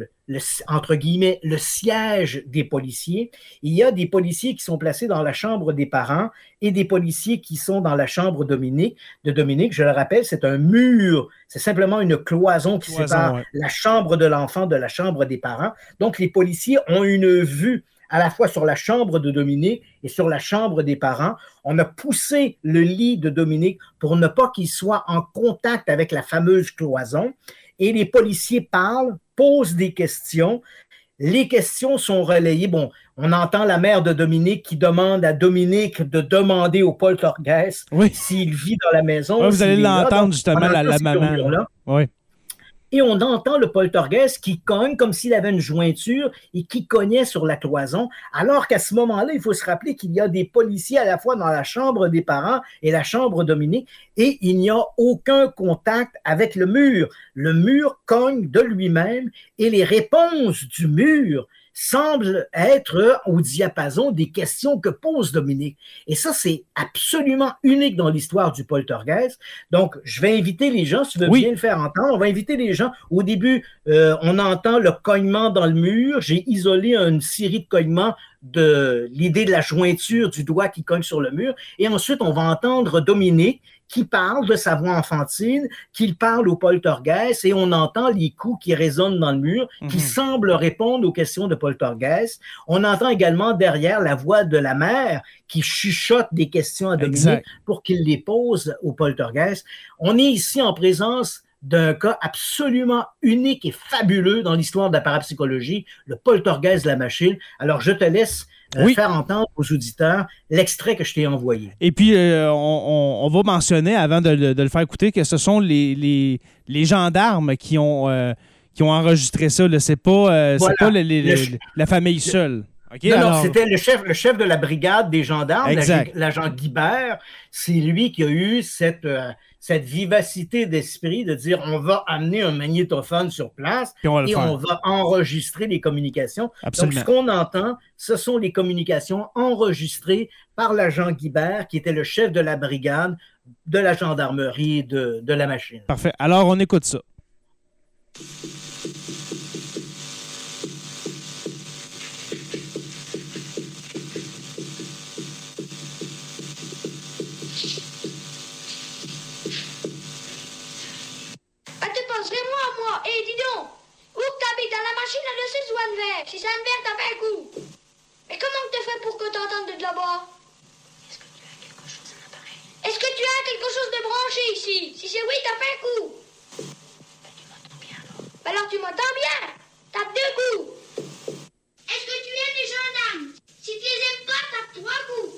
entre guillemets, le siège des policiers, il y a des policiers qui sont placés dans la chambre des parents et des policiers qui sont dans la chambre de Dominique. Je le rappelle, c'est un mur, c'est simplement une cloison qui sépare la chambre de l'enfant de la chambre des parents. Donc, les policiers ont une vue à la fois sur la chambre de Dominique et sur la chambre des parents. On a poussé le lit de Dominique pour ne pas qu'il soit en contact avec la fameuse cloison. Et les policiers parlent, posent des questions. Les questions sont relayées. Bon, on entend la mère de Dominique qui demande à Dominique de demander au poltergeist s'il vit dans la maison. Vous allez l'entendre justement, la maman. Oui. Et on entend le poltergeist qui cogne comme s'il avait une jointure et qui cognait sur la cloison, alors qu'à ce moment-là, il faut se rappeler qu'il y a des policiers à la fois dans la chambre des parents et la chambre de Dominique, et il n'y a aucun contact avec le mur. Le mur cogne de lui-même et les réponses du mur semblent être au diapason des questions que pose Dominique. Et ça, c'est absolument unique dans l'histoire du poltergeist. Donc, je vais inviter les gens, si tu veux bien le faire entendre, on va inviter les gens. Au début, on entend le cognement dans le mur. J'ai isolé une série de cognements de l'idée de la jointure du doigt qui cogne sur le mur. Et ensuite, on va entendre Dominique qui parle de sa voix enfantine, qu'il parle au poltergeist, et on entend les coups qui résonnent dans le mur, qui semblent répondre aux questions de poltergeist. On entend également derrière la voix de la mère qui chuchote des questions à Dominique pour qu'il les pose au poltergeist. On est ici en présence d'un cas absolument unique et fabuleux dans l'histoire de la parapsychologie, le poltergeist de la machine. Alors, je te laisse faire entendre aux auditeurs l'extrait que je t'ai envoyé. Et puis, on va mentionner, avant de le faire écouter, que ce sont les gendarmes qui ont enregistré ça. C'est pas, pas la famille seule. Okay, non, c'était le chef de la brigade des gendarmes, l'agent Guibert. C'est lui qui a eu cette vivacité d'esprit de dire on va amener un magnétophone sur place et on va enregistrer les communications. Absolument. Donc, ce qu'on entend, ce sont les communications enregistrées par l'agent Guibert, qui était le chef de la brigade de la gendarmerie de la machine. Parfait. Alors, on écoute ça. Hé, dis donc, où que t'habites dans la machine à dessus ou à vert? Si c'est un vert, t'as fait un coup. Mais comment que t'as fait pour que t'entendes de là-bas? Est-ce que tu as quelque chose de branché ici? Si c'est oui, t'as fait un coup. Ben, tu m'entends bien alors? Alors tu m'entends bien? Tape 2 coups. Est-ce que tu aimes les gendarmes? Si tu les aimes pas, tape 3 coups.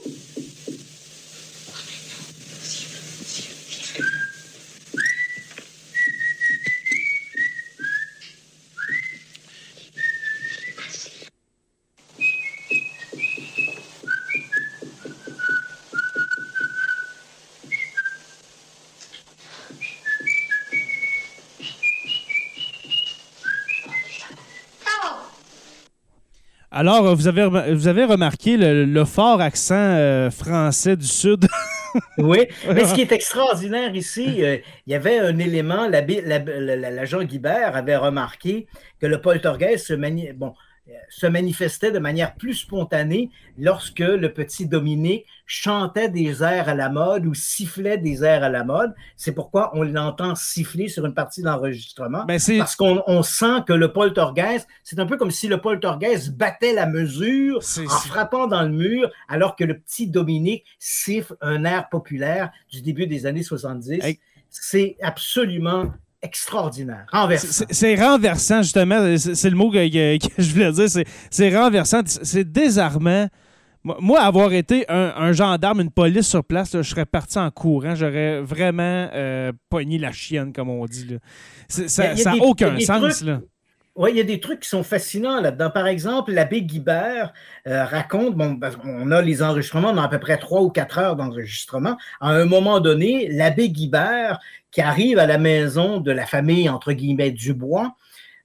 Alors, vous avez remarqué le fort accent français du Sud. Oui, mais ce qui est extraordinaire ici, il y avait un élément, l'agent Guibert avait remarqué que le poltergeist se manifestait de manière plus spontanée lorsque le petit Dominique chantait des airs à la mode ou sifflait des airs à la mode. C'est pourquoi on l'entend siffler sur une partie d'enregistrement. Parce qu'on sent que le poltergeist, c'est un peu comme si le poltergeist battait la mesure en frappant dans le mur, alors que le petit Dominique siffle un air populaire du début des années 70. C'est absolument extraordinaire, renversant. C'est renversant, justement. C'est le mot que je voulais dire. C'est renversant. C'est désarmant. Moi, avoir été un gendarme, une police sur place, là, je serais parti en courant. J'aurais vraiment pogné la chienne, comme on dit. Là. Ça n'a aucun sens. Là. Oui, il y a des trucs qui sont fascinants là-dedans. Par exemple, l'abbé Guibert raconte, on a les enregistrements, on a à peu près 3 ou 4 heures d'enregistrement. À un moment donné, l'abbé Guibert, qui arrive à la maison de la famille, entre guillemets, Dubois,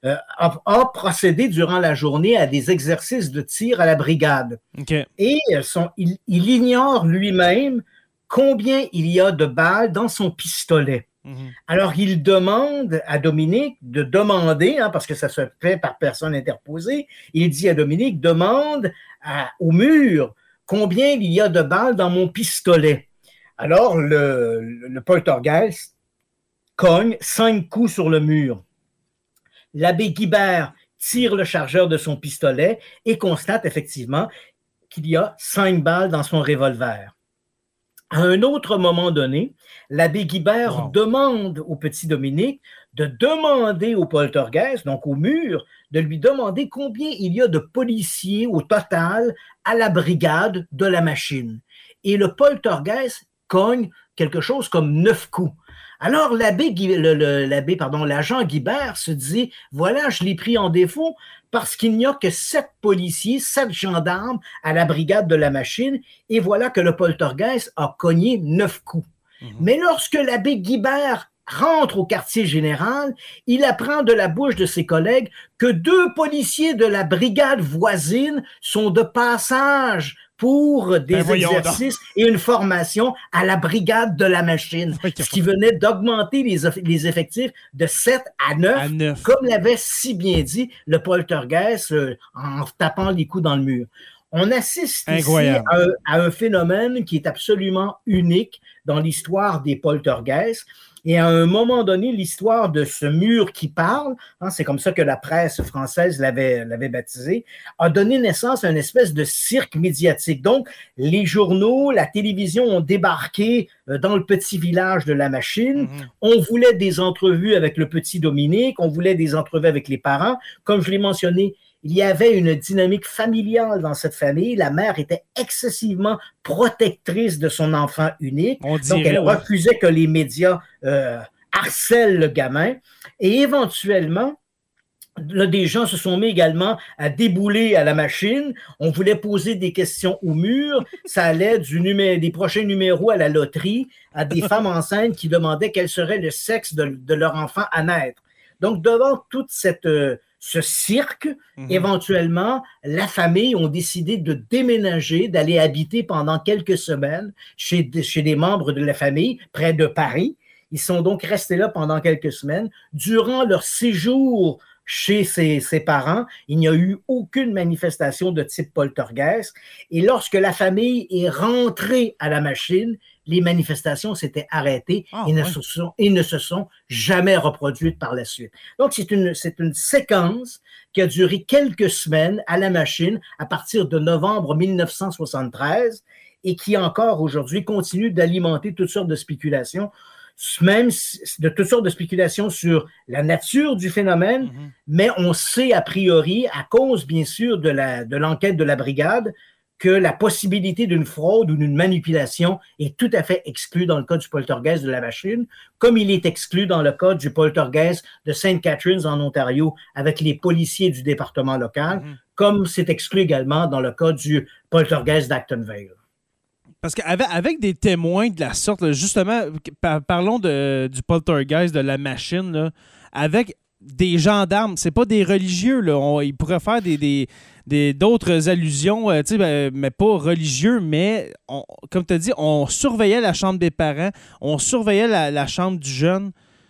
a procédé durant la journée à des exercices de tir à la brigade. Okay. Et il ignore lui-même combien il y a de balles dans son pistolet. Alors, il demande à Dominique de demander, parce que ça se fait par personne interposée, il dit à Dominique, demande au mur combien il y a de balles dans mon pistolet. Alors, le poltergeist cogne 5 coups sur le mur. L'abbé Guibert tire le chargeur de son pistolet et constate effectivement qu'il y a 5 balles dans son revolver. À un autre moment donné, l'abbé Guibert demande au petit Dominique de demander au poltergeist, donc au mur, de lui demander combien il y a de policiers au total à la brigade de la machine. Et le poltergeist cogne quelque chose comme 9 coups. Alors, l'agent Guibert se dit, voilà, je l'ai pris en défaut parce qu'il n'y a que 7 policiers, 7 gendarmes à la brigade de la machine, et voilà que le poltergeist a cogné 9 coups. Mais lorsque l'abbé Guibert rentre au quartier général, il apprend de la bouche de ses collègues que 2 policiers de la brigade voisine sont de passage pour des exercices et une formation à la brigade de la machine, ce qui venait d'augmenter les effectifs de 7 à 9, comme l'avait si bien dit le poltergeist en tapant les coups dans le mur. On assiste ici à un phénomène qui est absolument unique dans l'histoire des poltergeists. Et à un moment donné, l'histoire de ce mur qui parle, c'est comme ça que la presse française l'avait baptisé, a donné naissance à une espèce de cirque médiatique. Donc, les journaux, la télévision ont débarqué dans le petit village de la machine. On voulait des entrevues avec le petit Dominique, on voulait des entrevues avec les parents. Comme je l'ai mentionné, il y avait une dynamique familiale dans cette famille. La mère était excessivement protectrice de son enfant unique. Donc, elle refusait que les médias harcèlent le gamin. Et éventuellement, là, des gens se sont mis également à débouler à la machine. On voulait poser des questions au mur. Ça allait des prochains numéros à la loterie, à des femmes enceintes qui demandaient quel serait le sexe de leur enfant à naître. Donc, devant toute ce cirque, éventuellement, la famille ont décidé de déménager, d'aller habiter pendant quelques semaines chez des membres de la famille, près de Paris. Ils sont donc restés là pendant quelques semaines. Durant leur séjour chez ses parents, il n'y a eu aucune manifestation de type poltergeist. Et lorsque la famille est rentrée à la machine, les manifestations s'étaient arrêtées et ne se sont jamais reproduites par la suite. Donc, c'est une séquence qui a duré quelques semaines à la machine à partir de novembre 1973 et qui encore aujourd'hui continue d'alimenter toutes sortes de spéculations, même de toutes sortes de spéculations sur la nature du phénomène, mais on sait a priori, à cause bien sûr de l'enquête de la brigade, que la possibilité d'une fraude ou d'une manipulation est tout à fait exclue dans le cas du poltergeist de la machine, comme il est exclu dans le cas du poltergeist de St. Catharines en Ontario avec les policiers du département local, comme c'est exclu également dans le cas du poltergeist d'Acton Vale. Parce qu'avec des témoins de la sorte, justement, parlons du poltergeist de la machine, là, avec des gendarmes, c'est pas des religieux, là. Ils pourraient faire d'autres allusions, mais pas religieux, mais comme tu as dit, on surveillait la chambre des parents, on surveillait la chambre du jeune.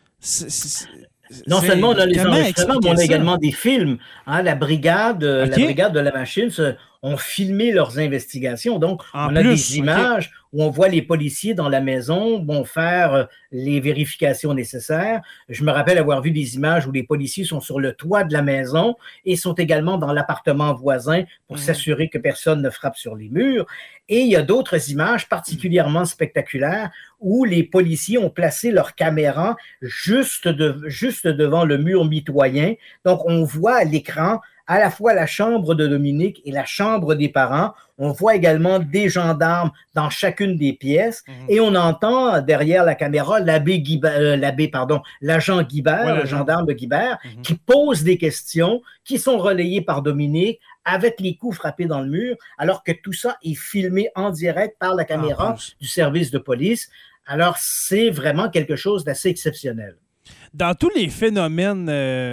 Non seulement on a les enregistrements, mais on a également des films. La brigade de la machine ont filmé leurs investigations. Donc, on a des images où on voit les policiers dans la maison vont faire les vérifications nécessaires. Je me rappelle avoir vu des images où les policiers sont sur le toit de la maison et sont également dans l'appartement voisin pour s'assurer que personne ne frappe sur les murs. Et il y a d'autres images particulièrement spectaculaires où les policiers ont placé leur caméra juste devant le mur mitoyen. Donc, on voit à l'écran à la fois la chambre de Dominique et la chambre des parents. On voit également des gendarmes dans chacune des pièces et on entend derrière la caméra l'agent Guibert, le gendarme de Guibert, qui pose des questions qui sont relayées par Dominique avec les coups frappés dans le mur, alors que tout ça est filmé en direct par la caméra du service de police. Alors, c'est vraiment quelque chose d'assez exceptionnel. Dans tous les phénomènes,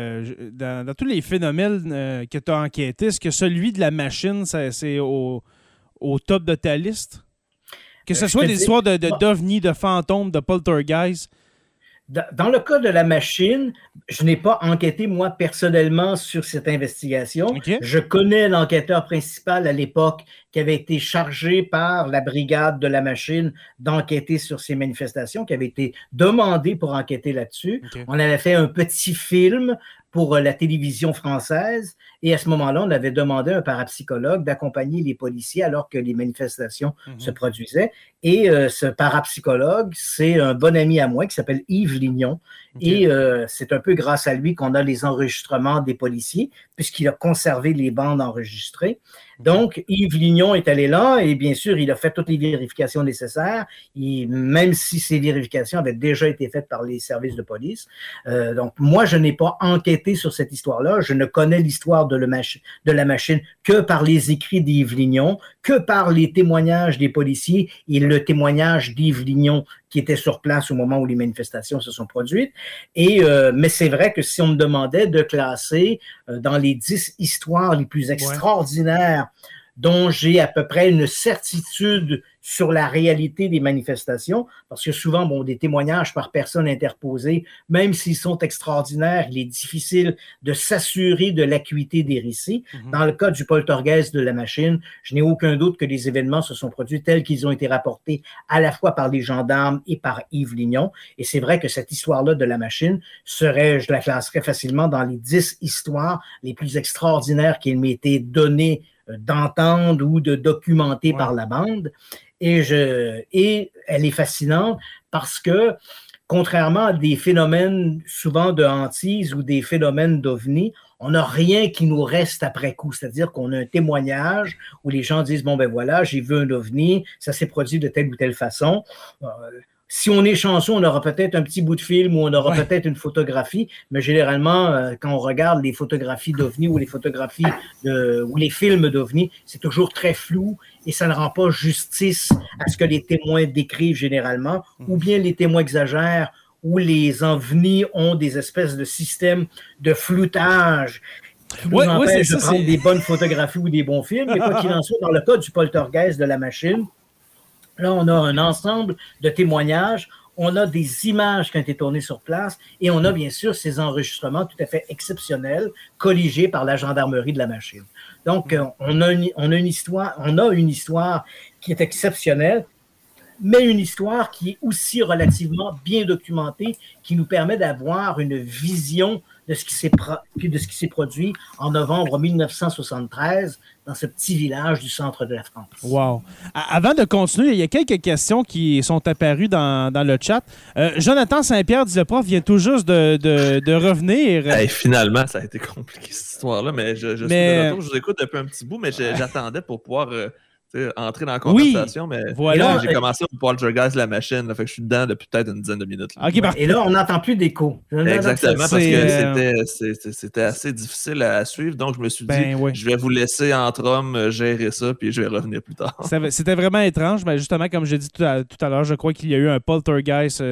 dans tous les phénomènes que tu as enquêtés, est-ce que celui de la machine, c'est au top de ta liste? Que ce soit des histoires d'ovnis, de fantômes, de poltergeist. Dans le cas de la machine, je n'ai pas enquêté, moi, personnellement, sur cette investigation. Okay. Je connais l'enquêteur principal à l'époque qui avait été chargé par la brigade de la machine d'enquêter sur ces manifestations, qui avait été demandé pour enquêter là-dessus. Okay. On avait fait un petit film pour la télévision française et à ce moment-là, on avait demandé à un parapsychologue d'accompagner les policiers alors que les manifestations se produisaient. Et ce parapsychologue, c'est un bon ami à moi qui s'appelle Yves Lignon. Okay. Et c'est un peu grâce à lui qu'on a les enregistrements des policiers puisqu'il a conservé les bandes enregistrées. Donc, Yves Lignon est allé là et bien sûr, il a fait toutes les vérifications nécessaires, même si ces vérifications avaient déjà été faites par les services de police. Donc, moi, je n'ai pas enquêté sur cette histoire-là. Je ne connais l'histoire de la machine que par les écrits d'Yves Lignon, que par les témoignages des policiers et le témoignage d'Yves Lignon qui était sur place au moment où les manifestations se sont produites. Mais c'est vrai que si on me demandait de classer dans les 10 histoires les plus extraordinaires dont j'ai à peu près une certitude sur la réalité des manifestations, parce que souvent, des témoignages par personnes interposées, même s'ils sont extraordinaires, il est difficile de s'assurer de l'acuité des récits. Dans le cas du poltergeist de la machine, je n'ai aucun doute que les événements se sont produits tels qu'ils ont été rapportés à la fois par les gendarmes et par Yves Lignon. Et c'est vrai que cette histoire-là de la machine je la classerais facilement dans les 10 histoires les plus extraordinaires qu'il m'ait été donné d'entendre ou de documenter par la bande. Et elle est fascinante parce que, contrairement à des phénomènes souvent de hantise ou des phénomènes d'ovnis, on n'a rien qui nous reste après coup. C'est-à-dire qu'on a un témoignage où les gens disent « Bon, ben voilà, j'ai vu un ovni, ça s'est produit de telle ou telle façon. » Si on est chanceux, on aura peut-être un petit bout de film ou on aura peut-être une photographie, mais généralement, quand on regarde les photographies d'OVNI ou les photographies ou les films d'OVNI, c'est toujours très flou et ça ne rend pas justice à ce que les témoins décrivent généralement, ou bien les témoins exagèrent, ou les OVNI ont des espèces de systèmes de floutage qui nous empêchent de prendre des bonnes photographies ou des bons films. Mais quoi qu'il en soit, dans le cas du poltergeist de la machine, là, on a un ensemble de témoignages, on a des images qui ont été tournées sur place et on a bien sûr ces enregistrements tout à fait exceptionnels, colligés par la gendarmerie de la machine. Donc, on a une histoire qui est exceptionnelle, mais une histoire qui est aussi relativement bien documentée, qui nous permet d'avoir une vision de ce qui s'est produit en novembre 1973 dans ce petit village du centre de la France. Wow. Avant de continuer, il y a quelques questions qui sont apparues dans le chat. Jonathan Saint-Pierre, dit le prof, vient tout juste de revenir. Hey, finalement, ça a été compliqué cette histoire-là, mais je suis de retour. Je vous écoute depuis un petit bout, mais j'attendais pour pouvoir entrer dans la conversation, mais voilà. J'ai commencé au poltergeist de la machine, là, fait que je suis dedans depuis peut-être une dizaine de minutes. Là. Okay, et là, on n'entend plus d'écho. Exactement, parce que c'était assez difficile à suivre, donc je me suis dit, je vais vous laisser entre hommes gérer ça, puis je vais revenir plus tard. C'était vraiment étrange, mais justement, comme j'ai dit tout à l'heure, je crois qu'il y a eu un poltergeist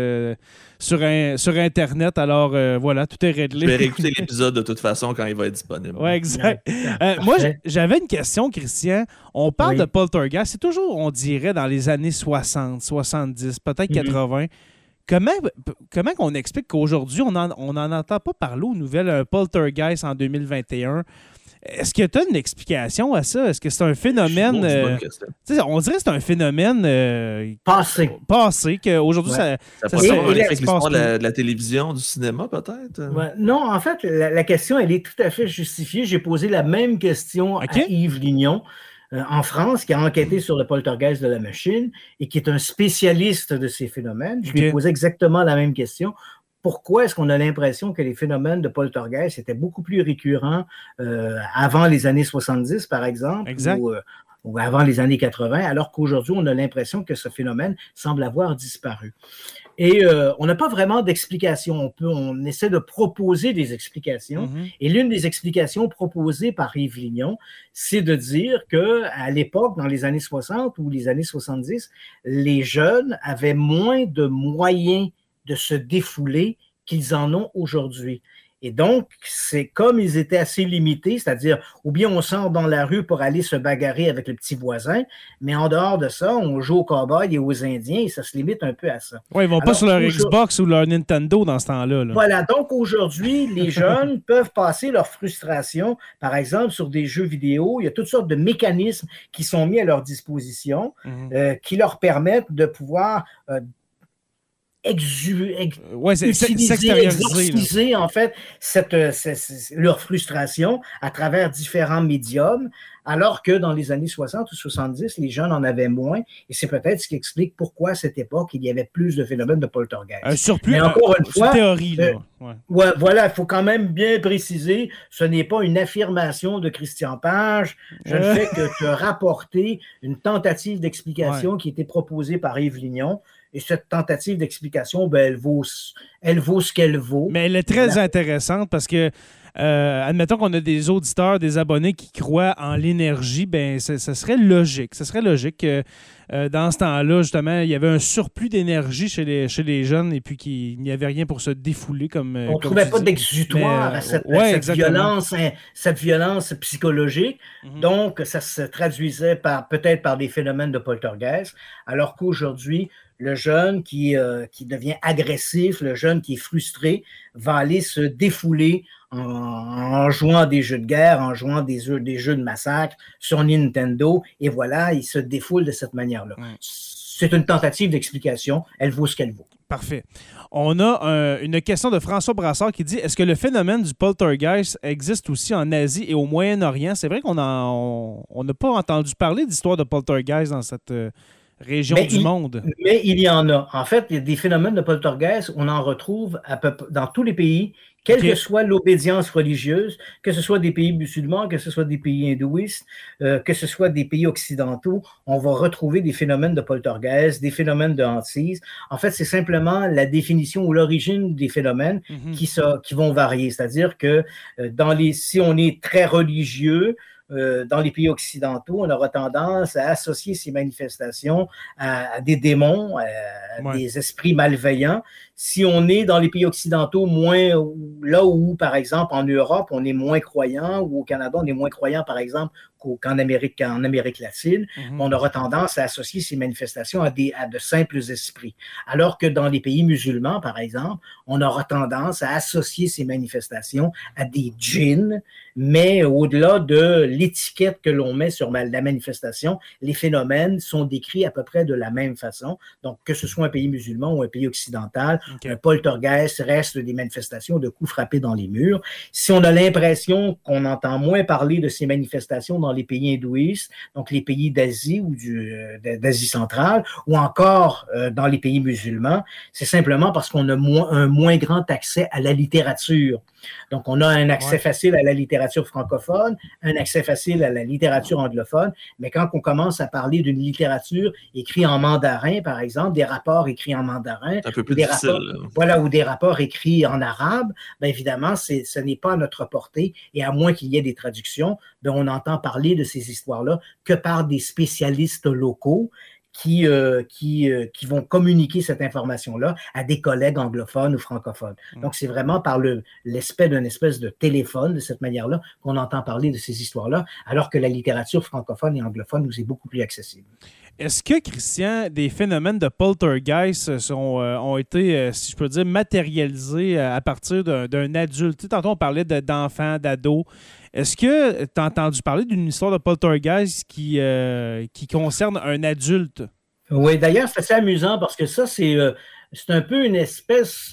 sur Internet, alors voilà, tout est réglé. Je vais réécouter l'épisode de toute façon quand il va être disponible. Oui, exact. Moi, j'avais une question, Christian. On parle de poltergeist, c'est toujours, on dirait, dans les années 60, 70, peut-être 80. Comment on explique qu'aujourd'hui, on n'en entend pas parler aux nouvelles poltergeist en 2021? Est-ce que tu as une explication à ça? Est-ce que c'est un phénomène... on dirait que c'est un phénomène... Passé, qu'aujourd'hui, ça passe avec l'histoire de la télévision, du cinéma, peut-être? Non, en fait, la question, elle est tout à fait justifiée. J'ai posé la même question à Yves Lignon, en France, qui a enquêté sur le poltergeist de la machine et qui est un spécialiste de ces phénomènes. Je lui ai posé exactement la même question. Pourquoi est-ce qu'on a l'impression que les phénomènes de poltergeist étaient beaucoup plus récurrents avant les années 70, par exemple, ou avant les années 80, alors qu'aujourd'hui, on a l'impression que ce phénomène semble avoir disparu. Et on n'a pas vraiment d'explication. On essaie de proposer des explications. Et l'une des explications proposées par Yves Lignon, c'est de dire qu'à l'époque, dans les années 60 ou les années 70, les jeunes avaient moins de moyens de se défouler qu'ils en ont aujourd'hui. Et donc, c'est comme ils étaient assez limités, c'est-à-dire, ou bien on sort dans la rue pour aller se bagarrer avec le petit voisin, mais en dehors de ça, on joue aux cow-boys et aux Indiens et ça se limite un peu à ça. Oui, ils vont pas sur leur Xbox ou leur Nintendo dans ce temps-là. Là. Voilà, donc aujourd'hui, les jeunes peuvent passer leur frustration, par exemple, sur des jeux vidéo. Il y a toutes sortes de mécanismes qui sont mis à leur disposition qui leur permettent de pouvoir exorciser en fait leur frustration à travers différents médiums, alors que dans les années 60 ou 70, les jeunes en avaient moins, et c'est peut-être ce qui explique pourquoi à cette époque, il y avait plus de phénomènes de poltergeist. Un surplus, mais encore une fois, théorie, là. Voilà, il faut quand même bien préciser, ce n'est pas une affirmation de Christian Page, je ne fais que te rapporter une tentative d'explication qui a été proposée par Yves Lignon. Et cette tentative d'explication, ben, elle vaut ce qu'elle vaut. Mais elle est très intéressante parce que, admettons qu'on a des auditeurs, des abonnés qui croient en l'énergie, ben, ça serait logique. Ce serait logique que dans ce temps-là, justement, il y avait un surplus d'énergie chez les jeunes et puis qu'il n'y avait rien pour se défouler comme. On ne trouvait pas d'exutoire à cette violence psychologique. Donc, ça se traduisait peut-être par des phénomènes de poltergeist, alors qu'aujourd'hui, le jeune qui devient agressif, le jeune qui est frustré, va aller se défouler en jouant à des jeux de guerre, en jouant des jeux de massacre sur Nintendo, et voilà, il se défoule de cette manière-là. C'est une tentative d'explication, elle vaut ce qu'elle vaut. Parfait. On a une question de François Brassard qui dit « Est-ce que le phénomène du poltergeist existe aussi en Asie et au Moyen-Orient? » C'est vrai qu'on n'a pas entendu parler d'histoire de poltergeist dans cette région du monde. Mais il y en a. En fait, il y a des phénomènes de poltergeist, on en retrouve dans tous les pays, quelle que soit l'obédience religieuse, que ce soit des pays musulmans, que ce soit des pays hindouistes, que ce soit des pays occidentaux, on va retrouver des phénomènes de poltergeist, des phénomènes de hantise. En fait, c'est simplement la définition ou l'origine des phénomènes qui vont varier. C'est-à-dire que si on est très religieux, dans les pays occidentaux, on aura tendance à associer ces manifestations à des démons, à des esprits malveillants. Si on est dans les pays occidentaux, là où, par exemple, en Europe, on est moins croyant, ou au Canada, on est moins croyant, par exemple, qu'en Amérique latine, on aura tendance à associer ces manifestations à de simples esprits. Alors que dans les pays musulmans, par exemple, on aura tendance à associer ces manifestations à des djinns, mais au-delà de l'étiquette que l'on met sur la manifestation, les phénomènes sont décrits à peu près de la même façon. Donc, que ce soit un pays musulman ou un pays occidental, un poltergeist reste des manifestations de coups frappés dans les murs. Si on a l'impression qu'on entend moins parler de ces manifestations dans les pays hindouistes, donc les pays d'Asie ou d'Asie centrale, ou encore dans les pays musulmans, c'est simplement parce qu'on a un moins grand accès à la littérature. Donc, on a un accès facile à la littérature francophone, un accès facile à la littérature anglophone, mais quand on commence à parler d'une littérature écrite en mandarin, par exemple, des rapports écrits en mandarin, un peu plus difficile, ou des rapports écrits en arabe, bien évidemment, ce n'est pas à notre portée, et à moins qu'il y ait des traductions, bien, on entend parler de ces histoires-là que par des spécialistes locaux qui vont communiquer cette information-là à des collègues anglophones ou francophones. Donc, c'est vraiment par d'une espèce de téléphone, de cette manière-là, qu'on entend parler de ces histoires-là, alors que la littérature francophone et anglophone nous est beaucoup plus accessible. Est-ce que, Christian, des phénomènes de poltergeist ont été, si je peux dire, matérialisés à partir d'un adulte? Tu sais, tantôt, on parlait d'enfants, d'ados. Est-ce que tu as entendu parler d'une histoire de poltergeist qui concerne un adulte? Oui, d'ailleurs, c'est assez amusant parce que ça, c'est un peu une espèce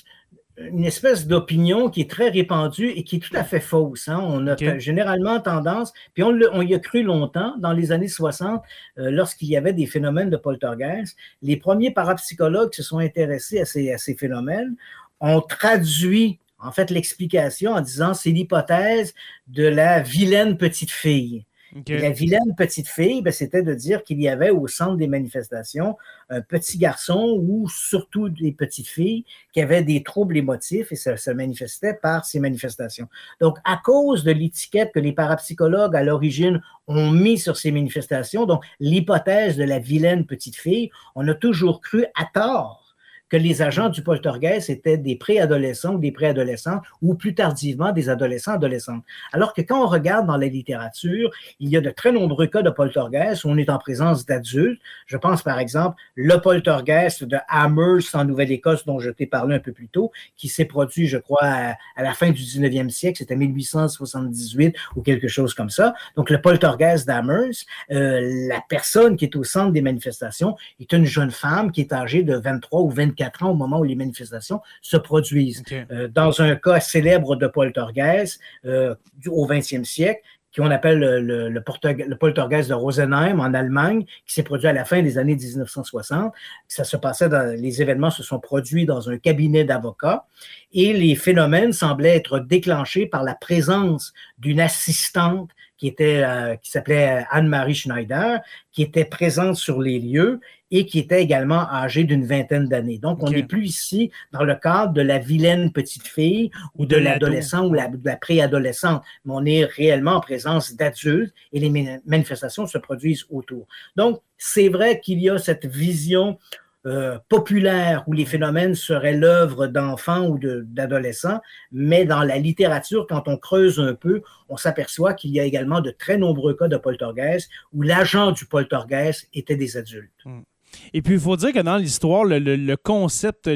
d'opinion qui est très répandue et qui est tout à fait fausse. Hein? On a généralement tendance, puis on y a cru longtemps, dans les années 60, lorsqu'il y avait des phénomènes de poltergeist, les premiers parapsychologues qui se sont intéressés à ces phénomènes ont traduit en fait l'explication en disant c'est l'hypothèse de la vilaine petite fille. Et la vilaine petite fille, c'était de dire qu'il y avait au centre des manifestations un petit garçon ou surtout des petites filles qui avaient des troubles émotifs et ça se manifestait par ces manifestations. Donc, à cause de l'étiquette que les parapsychologues à l'origine ont mis sur ces manifestations, donc l'hypothèse de la vilaine petite fille, on a toujours cru à tort que les agents du poltergeist étaient des préadolescents ou des préadolescentes ou plus tardivement des adolescents-adolescentes. Alors que quand on regarde dans la littérature, il y a de très nombreux cas de poltergeist où on est en présence d'adultes. Je pense par exemple le poltergeist de Amherst en Nouvelle-Écosse dont je t'ai parlé un peu plus tôt, qui s'est produit, je crois, à la fin du 19e siècle, c'était 1878 ou quelque chose comme ça. Donc le poltergeist d'Amherst, la personne qui est au centre des manifestations est une jeune femme qui est âgée de 23 ou 24 ans au moment où les manifestations se produisent. Okay. Dans un cas célèbre de poltergeist au 20e siècle, qu'on appelle le poltergeist de Rosenheim en Allemagne, qui s'est produit à la fin des années 1960. Ça se passait les événements se sont produits dans un cabinet d'avocats et les phénomènes semblaient être déclenchés par la présence d'une assistante qui s'appelait Anne-Marie Schneider, qui était présente sur les lieux et qui était également âgée d'une vingtaine d'années. Donc, on n'est plus ici dans le cadre de la vilaine petite fille ou de l'adolescent ou de la préadolescente, mais on est réellement en présence d'adultes et les manifestations se produisent autour. Donc, c'est vrai qu'il y a cette vision populaire où les phénomènes seraient l'œuvre d'enfants ou d'adolescents, mais dans la littérature, quand on creuse un peu, on s'aperçoit qu'il y a également de très nombreux cas de poltergeist où l'agent du poltergeist était des adultes. Et puis, il faut dire que dans l'histoire, le concept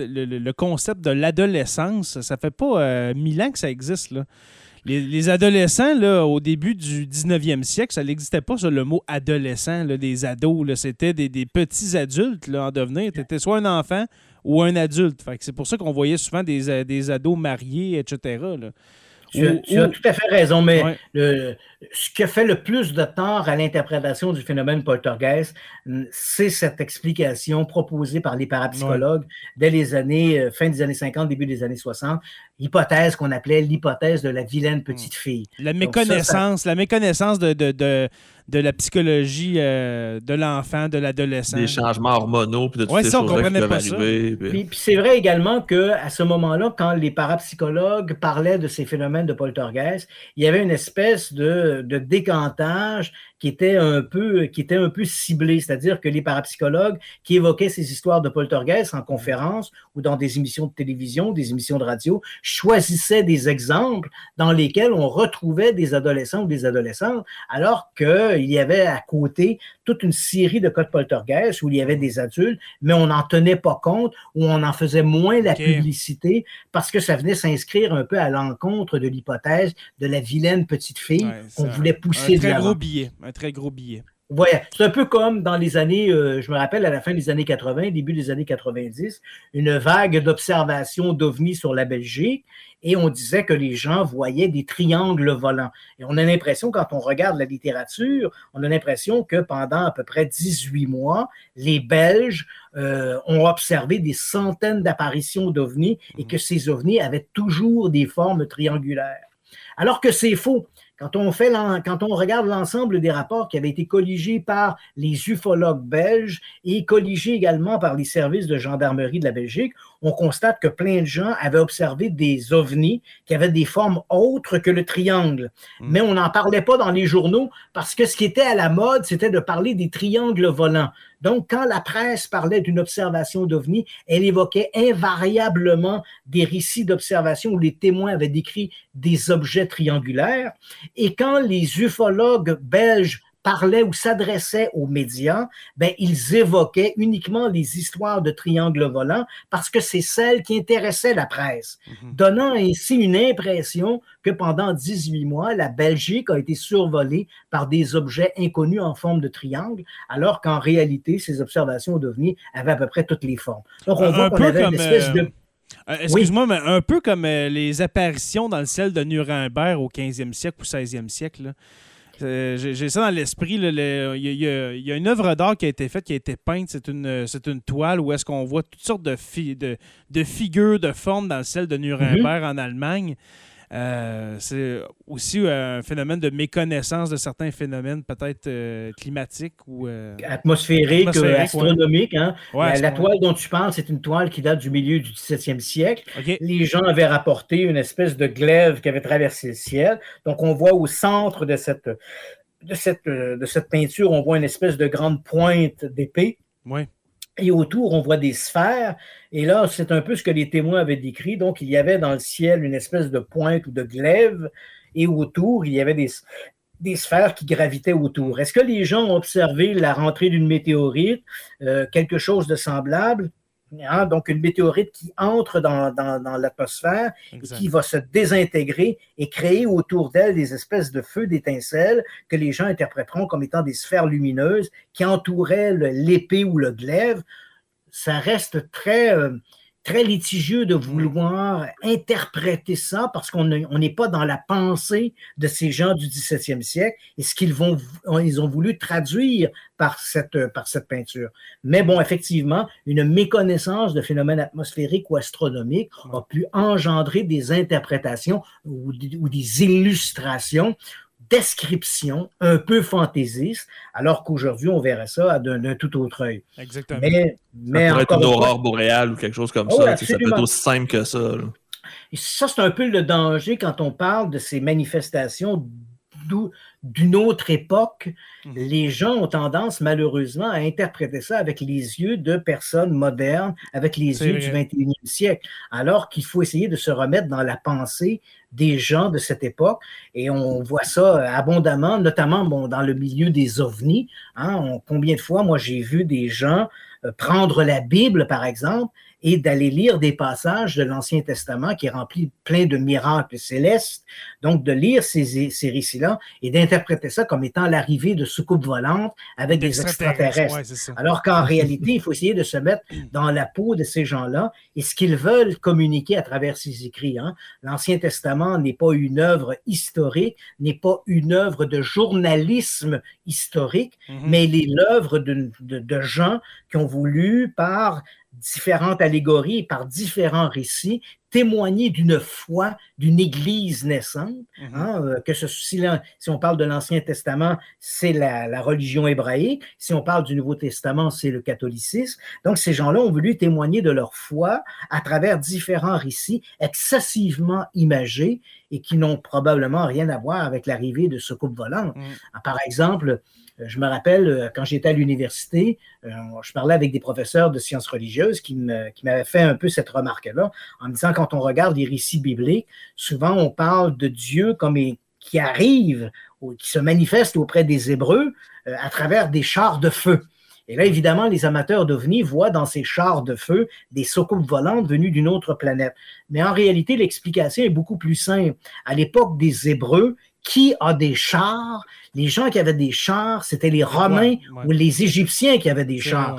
de l'adolescence, ça fait pas 1000 ans que ça existe, là. Les adolescents, là, au début du 19e siècle, ça n'existait pas, ça, le mot adolescent, là, des ados. Là, c'était des petits adultes là, en devenir. Tu étais soit un enfant ou un adulte. Fait que c'est pour ça qu'on voyait souvent des ados mariés, etc. Là. Tu as tout à fait raison, mais ce qui a fait le plus de tort à l'interprétation du phénomène poltergeist, c'est cette explication proposée par les parapsychologues dès les années, fin des années 50, début des années 60, hypothèse qu'on appelait l'hypothèse de la vilaine petite fille. La méconnaissance, la méconnaissance de la psychologie de l'enfant, de l'adolescent. Des changements hormonaux, puis de toutes ces choses-là qui peuvent arriver. Puis c'est vrai également qu'à ce moment-là, quand les parapsychologues parlaient de ces phénomènes de poltergeist, il y avait une espèce de décantage qui était un peu ciblé, c'est-à-dire que les parapsychologues qui évoquaient ces histoires de poltergeist en conférence ou dans des émissions de télévision, des émissions de radio, choisissaient des exemples dans lesquels on retrouvait des adolescents ou des adolescentes, alors qu'il y avait à côté toute une série de cas de poltergeist où il y avait des adultes, mais on n'en tenait pas compte, ou on en faisait moins la publicité parce que ça venait s'inscrire un peu à l'encontre de l'hypothèse de la vilaine petite fille qu'on voulait pousser de l'avant. Un très gros billet. Voilà. C'est un peu comme dans les années, je me rappelle, à la fin des années 80, début des années 90, une vague d'observations d'ovnis sur la Belgique et on disait que les gens voyaient des triangles volants. Et on a l'impression, quand on regarde la littérature, on a l'impression que pendant à peu près 18 mois, les Belges ont observé des centaines d'apparitions d'ovnis et que ces ovnis avaient toujours des formes triangulaires. Alors que c'est faux. Quand on regarde l'ensemble des rapports qui avaient été colligés par les ufologues belges et colligés également par les services de gendarmerie de la Belgique, on constate que plein de gens avaient observé des ovnis qui avaient des formes autres que le triangle. Mais on n'en parlait pas dans les journaux parce que ce qui était à la mode, c'était de parler des triangles volants. Donc, quand la presse parlait d'une observation d'ovnis, elle évoquait invariablement des récits d'observation où les témoins avaient décrit des objets triangulaires. Et quand les ufologues belges parlaient ou s'adressaient aux médias, ils évoquaient uniquement les histoires de triangles volants parce que c'est celles qui intéressaient la presse, donnant ainsi une impression que pendant 18 mois, la Belgique a été survolée par des objets inconnus en forme de triangle, alors qu'en réalité, ces observations d'ovnis avaient à peu près toutes les formes. Donc, on voit qu'on avait une espèce de... Excuse-moi, mais un peu comme les apparitions dans le ciel de Nuremberg au 15e siècle ou 16e siècle, là. J'ai ça dans l'esprit. Il y a une œuvre d'art qui a été faite, qui a été peinte. C'est une toile où est-ce qu'on voit toutes sortes de figures, de formes dans le ciel de Nuremberg en Allemagne. C'est aussi un phénomène de méconnaissance de certains phénomènes peut-être climatiques ou atmosphériques, astronomiques. Hein? La toile dont tu parles, c'est une toile qui date du milieu du 17e siècle. Okay. Les gens avaient rapporté une espèce de glaive qui avait traversé le ciel. Donc, on voit au centre de cette peinture, on voit une espèce de grande pointe d'épée. Oui. Et autour, on voit des sphères. Et là, c'est un peu ce que les témoins avaient décrit. Donc, il y avait dans le ciel une espèce de pointe ou de glaive. Et autour, il y avait des sphères qui gravitaient autour. Est-ce que les gens ont observé la rentrée d'une météorite, quelque chose de semblable? Hein? Donc, une météorite qui entre dans l'atmosphère et qui va se désintégrer et créer autour d'elle des espèces de feux d'étincelles que les gens interpréteront comme étant des sphères lumineuses qui entouraient l'épée ou le glaive. Ça reste très litigieux de vouloir interpréter ça parce qu'on n'est pas dans la pensée de ces gens du 17e siècle et ce qu'ils ont voulu traduire par cette peinture. Mais bon, effectivement, une méconnaissance de phénomènes atmosphériques ou astronomiques a pu engendrer des interprétations ou des illustrations, description un peu fantaisiste, alors qu'aujourd'hui, on verrait ça d'un tout autre œil. Exactement. Mais ça pourrait être une aurore boréale ou quelque chose comme ça. Ça peut être aussi simple que ça. Là. Et ça, c'est un peu le danger quand on parle de ces manifestations d'une autre époque. Les gens ont tendance, malheureusement, à interpréter ça avec les yeux de personnes modernes, avec les yeux du 21e siècle, alors qu'il faut essayer de se remettre dans la pensée des gens de cette époque. Et on voit ça abondamment, notamment dans le milieu des ovnis. Hein, combien de fois, moi, j'ai vu des gens prendre la Bible, par exemple, et d'aller lire des passages de l'Ancien Testament qui est rempli plein de miracles célestes. Donc, de lire ces récits-là et d'interpréter ça comme étant l'arrivée de soucoupes volantes avec des extraterrestres. Ouais, alors qu'en réalité, il faut essayer de se mettre dans la peau de ces gens-là et ce qu'ils veulent communiquer à travers ces écrits. Hein. L'Ancien Testament n'est pas une œuvre historique, n'est pas une œuvre de journalisme historique, mais il est l'œuvre de gens qui ont voulu, par différentes allégories et par différents récits, témoigner d'une foi, d'une Église naissante. Si on parle de l'Ancien Testament, c'est la religion hébraïque. Si on parle du Nouveau Testament, c'est le catholicisme. Donc, ces gens-là ont voulu témoigner de leur foi à travers différents récits excessivement imagés et qui n'ont probablement rien à voir avec l'arrivée de soucoupes volantes. Par exemple, je me rappelle, quand j'étais à l'université, je parlais avec des professeurs de sciences religieuses qui m'avaient fait un peu cette remarque-là, en me disant, quand on regarde les récits bibliques, souvent on parle de Dieu comme qui arrive, ou qui se manifeste auprès des Hébreux à travers des chars de feu. Et là, évidemment, les amateurs d'OVNI voient dans ces chars de feu des soucoupes volantes venues d'une autre planète. Mais en réalité, l'explication est beaucoup plus simple. À l'époque des Hébreux, qui a des chars? Les gens qui avaient des chars, c'était les Romains ou les Égyptiens qui avaient des chars.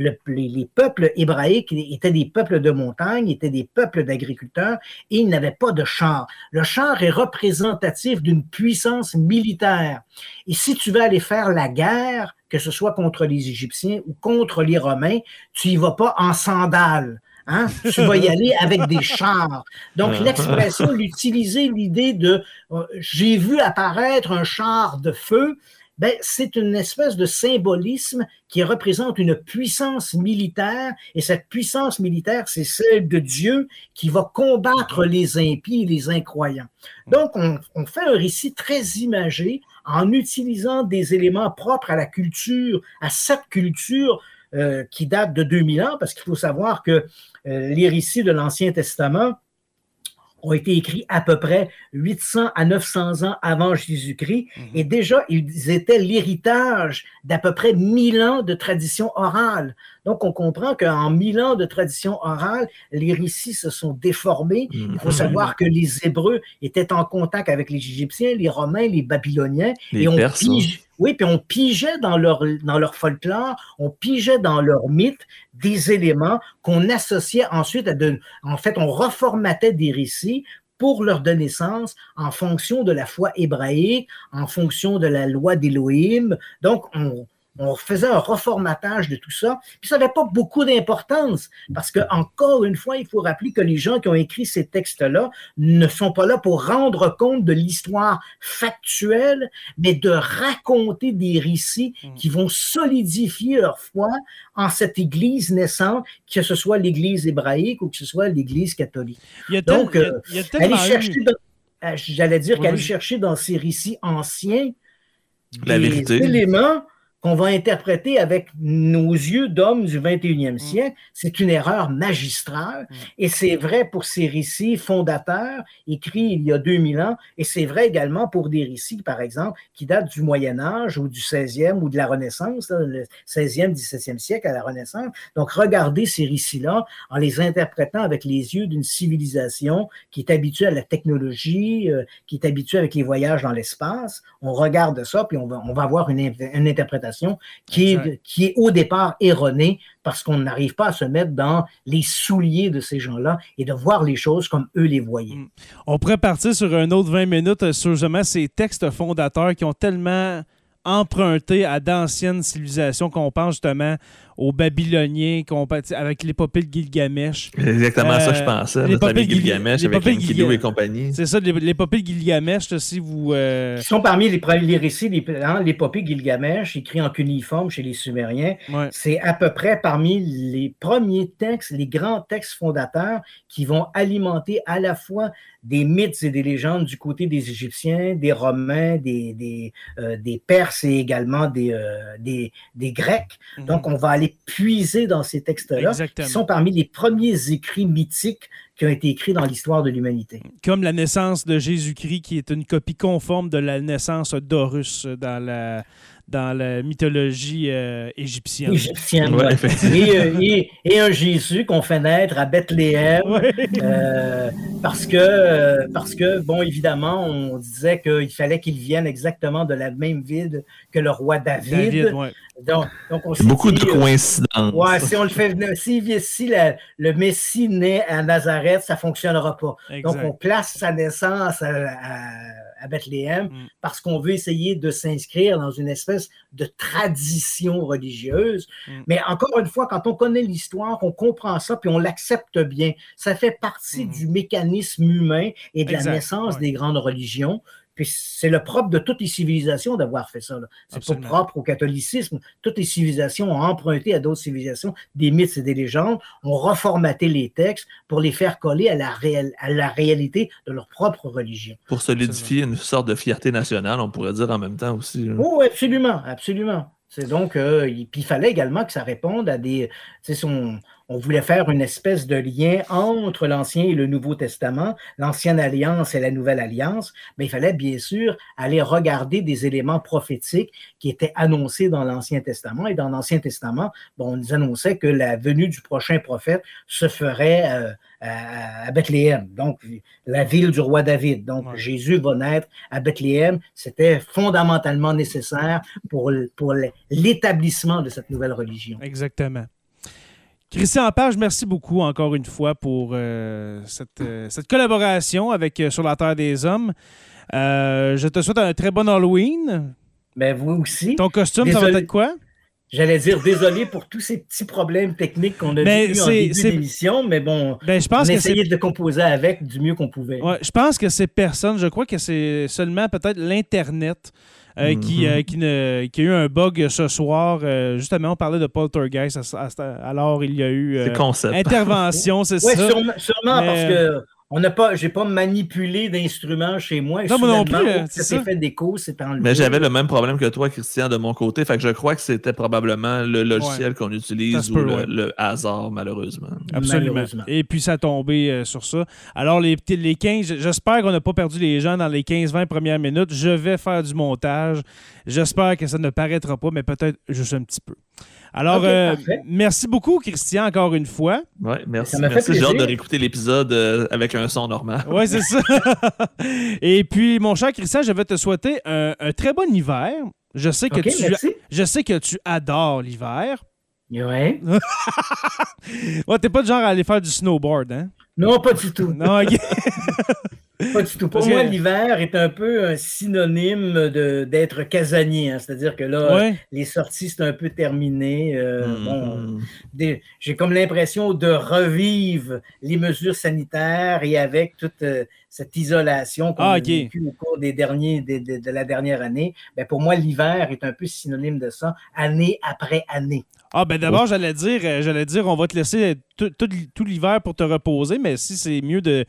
Les peuples hébraïques étaient des peuples de montagne, étaient des peuples d'agriculteurs et ils n'avaient pas de chars. Le char est représentatif d'une puissance militaire. Et si tu veux aller faire la guerre, que ce soit contre les Égyptiens ou contre les Romains, tu y vas pas en sandales. Hein? Tu vas y aller avec des chars. Donc, l'expression, l'utiliser l'idée de j'ai vu apparaître un char de feu, ben, c'est une espèce de symbolisme qui représente une puissance militaire, et cette puissance militaire, c'est celle de Dieu qui va combattre les impies et les incroyants. Donc, on fait un récit très imagé en utilisant des éléments propres à la culture, à cette culture qui date de 2000 ans, parce qu'il faut savoir que les récits de l'Ancien Testament ont été écrits à peu près 800 à 900 ans avant Jésus-Christ, et déjà, ils étaient l'héritage d'à peu près 1000 ans de tradition orale. Donc, on comprend qu'en 1000 ans de tradition orale, les récits se sont déformés. Il faut savoir que les Hébreux étaient en contact avec les Égyptiens, les Romains, les Babyloniens, les Perses. Oui, puis on pigeait dans leur folklore, on pigeait dans leur mythe des éléments qu'on associait ensuite en fait, on reformatait des récits pour leur donner sens en fonction de la foi hébraïque, en fonction de la loi d'Élohim. Donc, on faisait un reformatage de tout ça, puis ça n'avait pas beaucoup d'importance, parce que, encore une fois, il faut rappeler que les gens qui ont écrit ces textes-là ne sont pas là pour rendre compte de l'histoire factuelle, mais de raconter des récits qui vont solidifier leur foi en cette Église naissante, que ce soit l'Église hébraïque ou que ce soit l'Église catholique. Donc, j'allais dire qu'aller chercher dans ces récits anciens des éléments qu'on va interpréter avec nos yeux d'hommes du 21e siècle, c'est une erreur magistrale. Et c'est vrai pour ces récits fondateurs écrits il y a 2000 ans, et c'est vrai également pour des récits, par exemple, qui datent du Moyen Âge ou du 16e ou de la Renaissance, le 16e, 17e siècle à la Renaissance. Donc, regardez ces récits-là en les interprétant avec les yeux d'une civilisation qui est habituée à la technologie, qui est habituée avec les voyages dans l'espace. On regarde ça, puis on va avoir une interprétation qui est au départ erronée parce qu'on n'arrive pas à se mettre dans les souliers de ces gens-là et de voir les choses comme eux les voyaient. On pourrait partir sur un autre 20 minutes sur justement ces textes fondateurs qui ont tellement emprunté à d'anciennes civilisations, qu'on pense justement aux Babyloniens, avec l'épopée de Gilgamesh. Exactement ça que je pensais. L'épopée de Gilgamesh avec Enkidu et compagnie. C'est ça, l'épopée de Gilgamesh, si vous... Qui sont parmi les récits, l'épopée de Gilgamesh, écrit en cuniforme chez les Sumériens. Ouais. C'est à peu près parmi les premiers textes, les grands textes fondateurs qui vont alimenter à la fois des mythes et des légendes du côté des Égyptiens, des Romains, des Perses et également des Grecs. Donc, on va aller puiser dans ces textes-là, Exactement. qui sont parmi les premiers écrits mythiques qui ont été écrits dans l'histoire de l'humanité. Comme la naissance de Jésus-Christ, qui est une copie conforme de la naissance d'Horus dans la mythologie égyptienne. Ouais. Et un Jésus qu'on fait naître à Bethléem, parce que, bon, évidemment, on disait qu'il fallait qu'il vienne exactement de la même ville que le roi David. Donc on beaucoup de coïncidences. Si on le fait venir, si le Messie naît à Nazareth, ça ne fonctionnera pas. Exact. Donc, on place sa naissance à Bethléem parce qu'on veut essayer de s'inscrire dans une espèce de tradition religieuse. Mais encore une fois, quand on connaît l'histoire, on comprend ça puis on l'accepte bien. Ça fait partie du mécanisme humain et de la naissance des grandes religions. Puis c'est le propre de toutes les civilisations d'avoir fait ça. C'est pas propre au catholicisme. Toutes les civilisations ont emprunté à d'autres civilisations des mythes et des légendes, ont reformaté les textes pour les faire coller à la réalité de leur propre religion. Pour solidifier une sorte de fierté nationale, on pourrait dire en même temps aussi. Oui, absolument, absolument. C'est donc, puis il fallait également que ça réponde à des... On voulait faire une espèce de lien entre l'Ancien et le Nouveau Testament, l'Ancienne Alliance et la Nouvelle Alliance, mais il fallait bien sûr aller regarder des éléments prophétiques qui étaient annoncés dans l'Ancien Testament. Et dans l'Ancien Testament, on nous annonçait que la venue du prochain prophète se ferait à Bethléem, donc la ville du roi David. Donc, Jésus va naître à Bethléem. C'était fondamentalement nécessaire pour l'établissement de cette nouvelle religion. Exactement. Christian Page, merci beaucoup encore une fois pour cette collaboration avec Sur la Terre des Hommes. Je te souhaite un très bon Halloween. Ben, vous aussi. Ton costume, ça va être quoi? J'allais dire désolé pour tous ces petits problèmes techniques qu'on a eu en début d'émission, mais bon, je pense on essayait de composer avec du mieux qu'on pouvait. Ouais, je pense que c'est personne. Je crois que c'est seulement peut-être l'Internet qui a eu un bug ce soir. Justement, on parlait de Poltergeist. Alors, il y a eu intervention, c'est ça. Sûrement parce que j'ai pas manipulé d'instruments chez moi. Non, moi non plus. Ça s'est fait d'écho, c'est enlevé. Mais j'avais le même problème que toi, Christian, de mon côté. Fait que je crois que c'était probablement le logiciel qu'on utilise ou le hasard, malheureusement. Absolument. Malheureusement. Et puis, ça a tombé sur ça. Alors, les 15, j'espère qu'on n'a pas perdu les gens dans les 15-20 premières minutes. Je vais faire du montage. J'espère que ça ne paraîtra pas, mais peut-être juste un petit peu. Alors, merci beaucoup, Christian, encore une fois. Oui, merci. J'ai hâte de réécouter l'épisode avec un son normal. Oui, c'est ça. Et puis, mon cher Christian, je vais te souhaiter un très bon hiver. Je sais que tu adores l'hiver. Oui. T'es pas du genre à aller faire du snowboard, hein? Non, pas du tout. Non, OK. Pas du tout. Pour moi, l'hiver est un peu un synonyme d'être casanier. Hein. C'est-à-dire que là, les sorties, c'est un peu terminé. J'ai comme l'impression de revivre les mesures sanitaires et avec toute cette isolation qu'on a vécue au cours de la dernière année. Ben, pour moi, l'hiver est un peu synonyme de ça, année après année. D'abord, j'allais dire, on va te laisser tout l'hiver pour te reposer, mais si c'est mieux de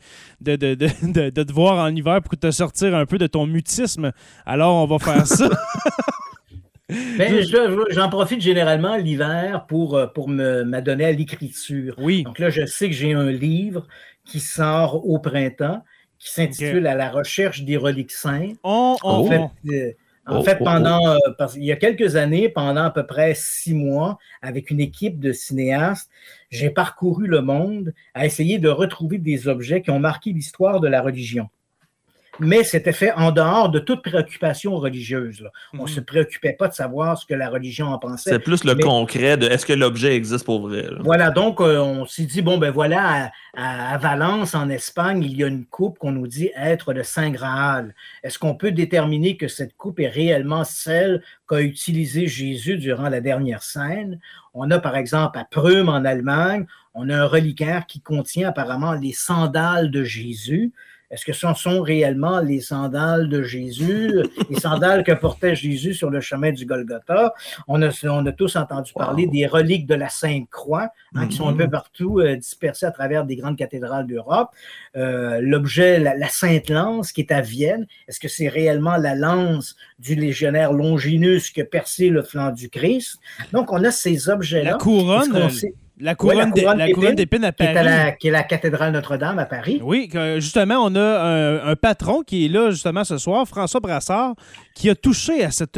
te voir en hiver pour te sortir un peu de ton mutisme, alors on va faire ça. Ben, j'en profite généralement l'hiver pour m'adonner à l'écriture. Oui. Donc là, je sais que j'ai un livre qui sort au printemps, qui s'intitule À la recherche des reliques saintes. En fait, il y a quelques années, pendant à peu près 6 mois, avec une équipe de cinéastes, j'ai parcouru le monde à essayer de retrouver des objets qui ont marqué l'histoire de la religion. Mais c'était fait en dehors de toute préoccupation religieuse. Là. On ne se préoccupait pas de savoir ce que la religion en pensait. C'est plus le concret de est-ce que l'objet existe pour vrai. Là. Voilà, donc on s'est dit, bon, ben voilà, à Valence, en Espagne, il y a une coupe qu'on nous dit être le Saint Graal. Est-ce qu'on peut déterminer que cette coupe est réellement celle qu'a utilisée Jésus durant la dernière scène? On a, par exemple, à Prüm, en Allemagne, on a un reliquaire qui contient apparemment les sandales de Jésus. Est-ce que ce sont réellement les sandales de Jésus, les sandales que portait Jésus sur le chemin du Golgotha? On a tous entendu parler des reliques de la Sainte Croix, qui sont un peu partout dispersées à travers des grandes cathédrales d'Europe. L'objet, la Sainte Lance, qui est à Vienne, est-ce que c'est réellement la lance du légionnaire Longinus qui a percé le flanc du Christ? Donc, on a ces objets-là. La couronne... La couronne d'épines à Paris. Qui est la cathédrale Notre-Dame à Paris. Oui, justement, on a un patron qui est là justement ce soir, François Brassard, qui a touché à cette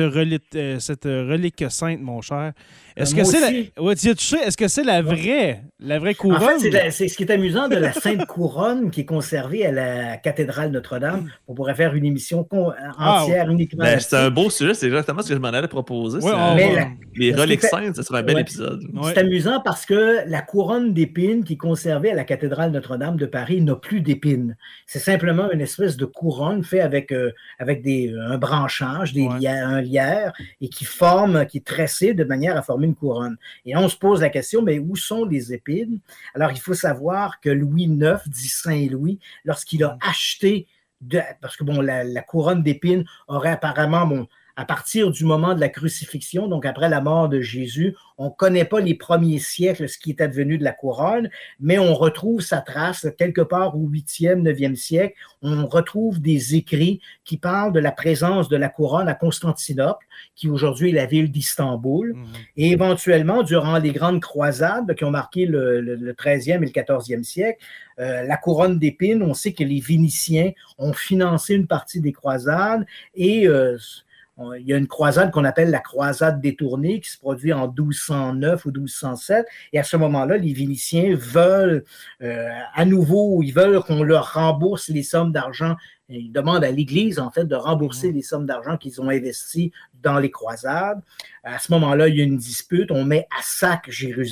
relique sainte, mon cher. Est-ce que c'est tu as touché? Est-ce que c'est la vraie couronne? En fait, c'est ce qui est amusant de la Sainte Couronne qui est conservée à la cathédrale Notre-Dame. On pourrait faire une émission entière uniquement. C'est un beau sujet, c'est exactement ce que je m'en allais proposer. Les reliques saintes, ce serait un bel épisode. C'est amusant parce que la couronne d'épines qui est conservée à la cathédrale Notre-Dame de Paris n'a plus d'épines. C'est simplement une espèce de couronne faite avec un branchage, un lierre, et qui est tressé de manière à former une couronne. Et on se pose la question, mais où sont les épines? Alors, il faut savoir que Louis IX, dit Saint-Louis, lorsqu'il a acheté, parce que la couronne d'épines aurait apparemment... à partir du moment de la crucifixion, donc après la mort de Jésus, on ne connaît pas les premiers siècles, ce qui est advenu de la couronne, mais on retrouve sa trace quelque part au 8e, 9e siècle. On retrouve des écrits qui parlent de la présence de la couronne à Constantinople, qui aujourd'hui est la ville d'Istanbul. Et éventuellement, durant les grandes croisades qui ont marqué le 13e et le 14e siècle, la couronne d'épines, on sait que les Vénitiens ont financé une partie des croisades et... il y a une croisade qu'on appelle la croisade détournée qui se produit en 1209 ou 1207. Et à ce moment-là, les Vénitiens veulent ils veulent qu'on leur rembourse les sommes d'argent. Ils demandent à l'Église, en fait, de rembourser les sommes d'argent qu'ils ont investies dans les croisades. À ce moment-là, il y a une dispute. On met à sac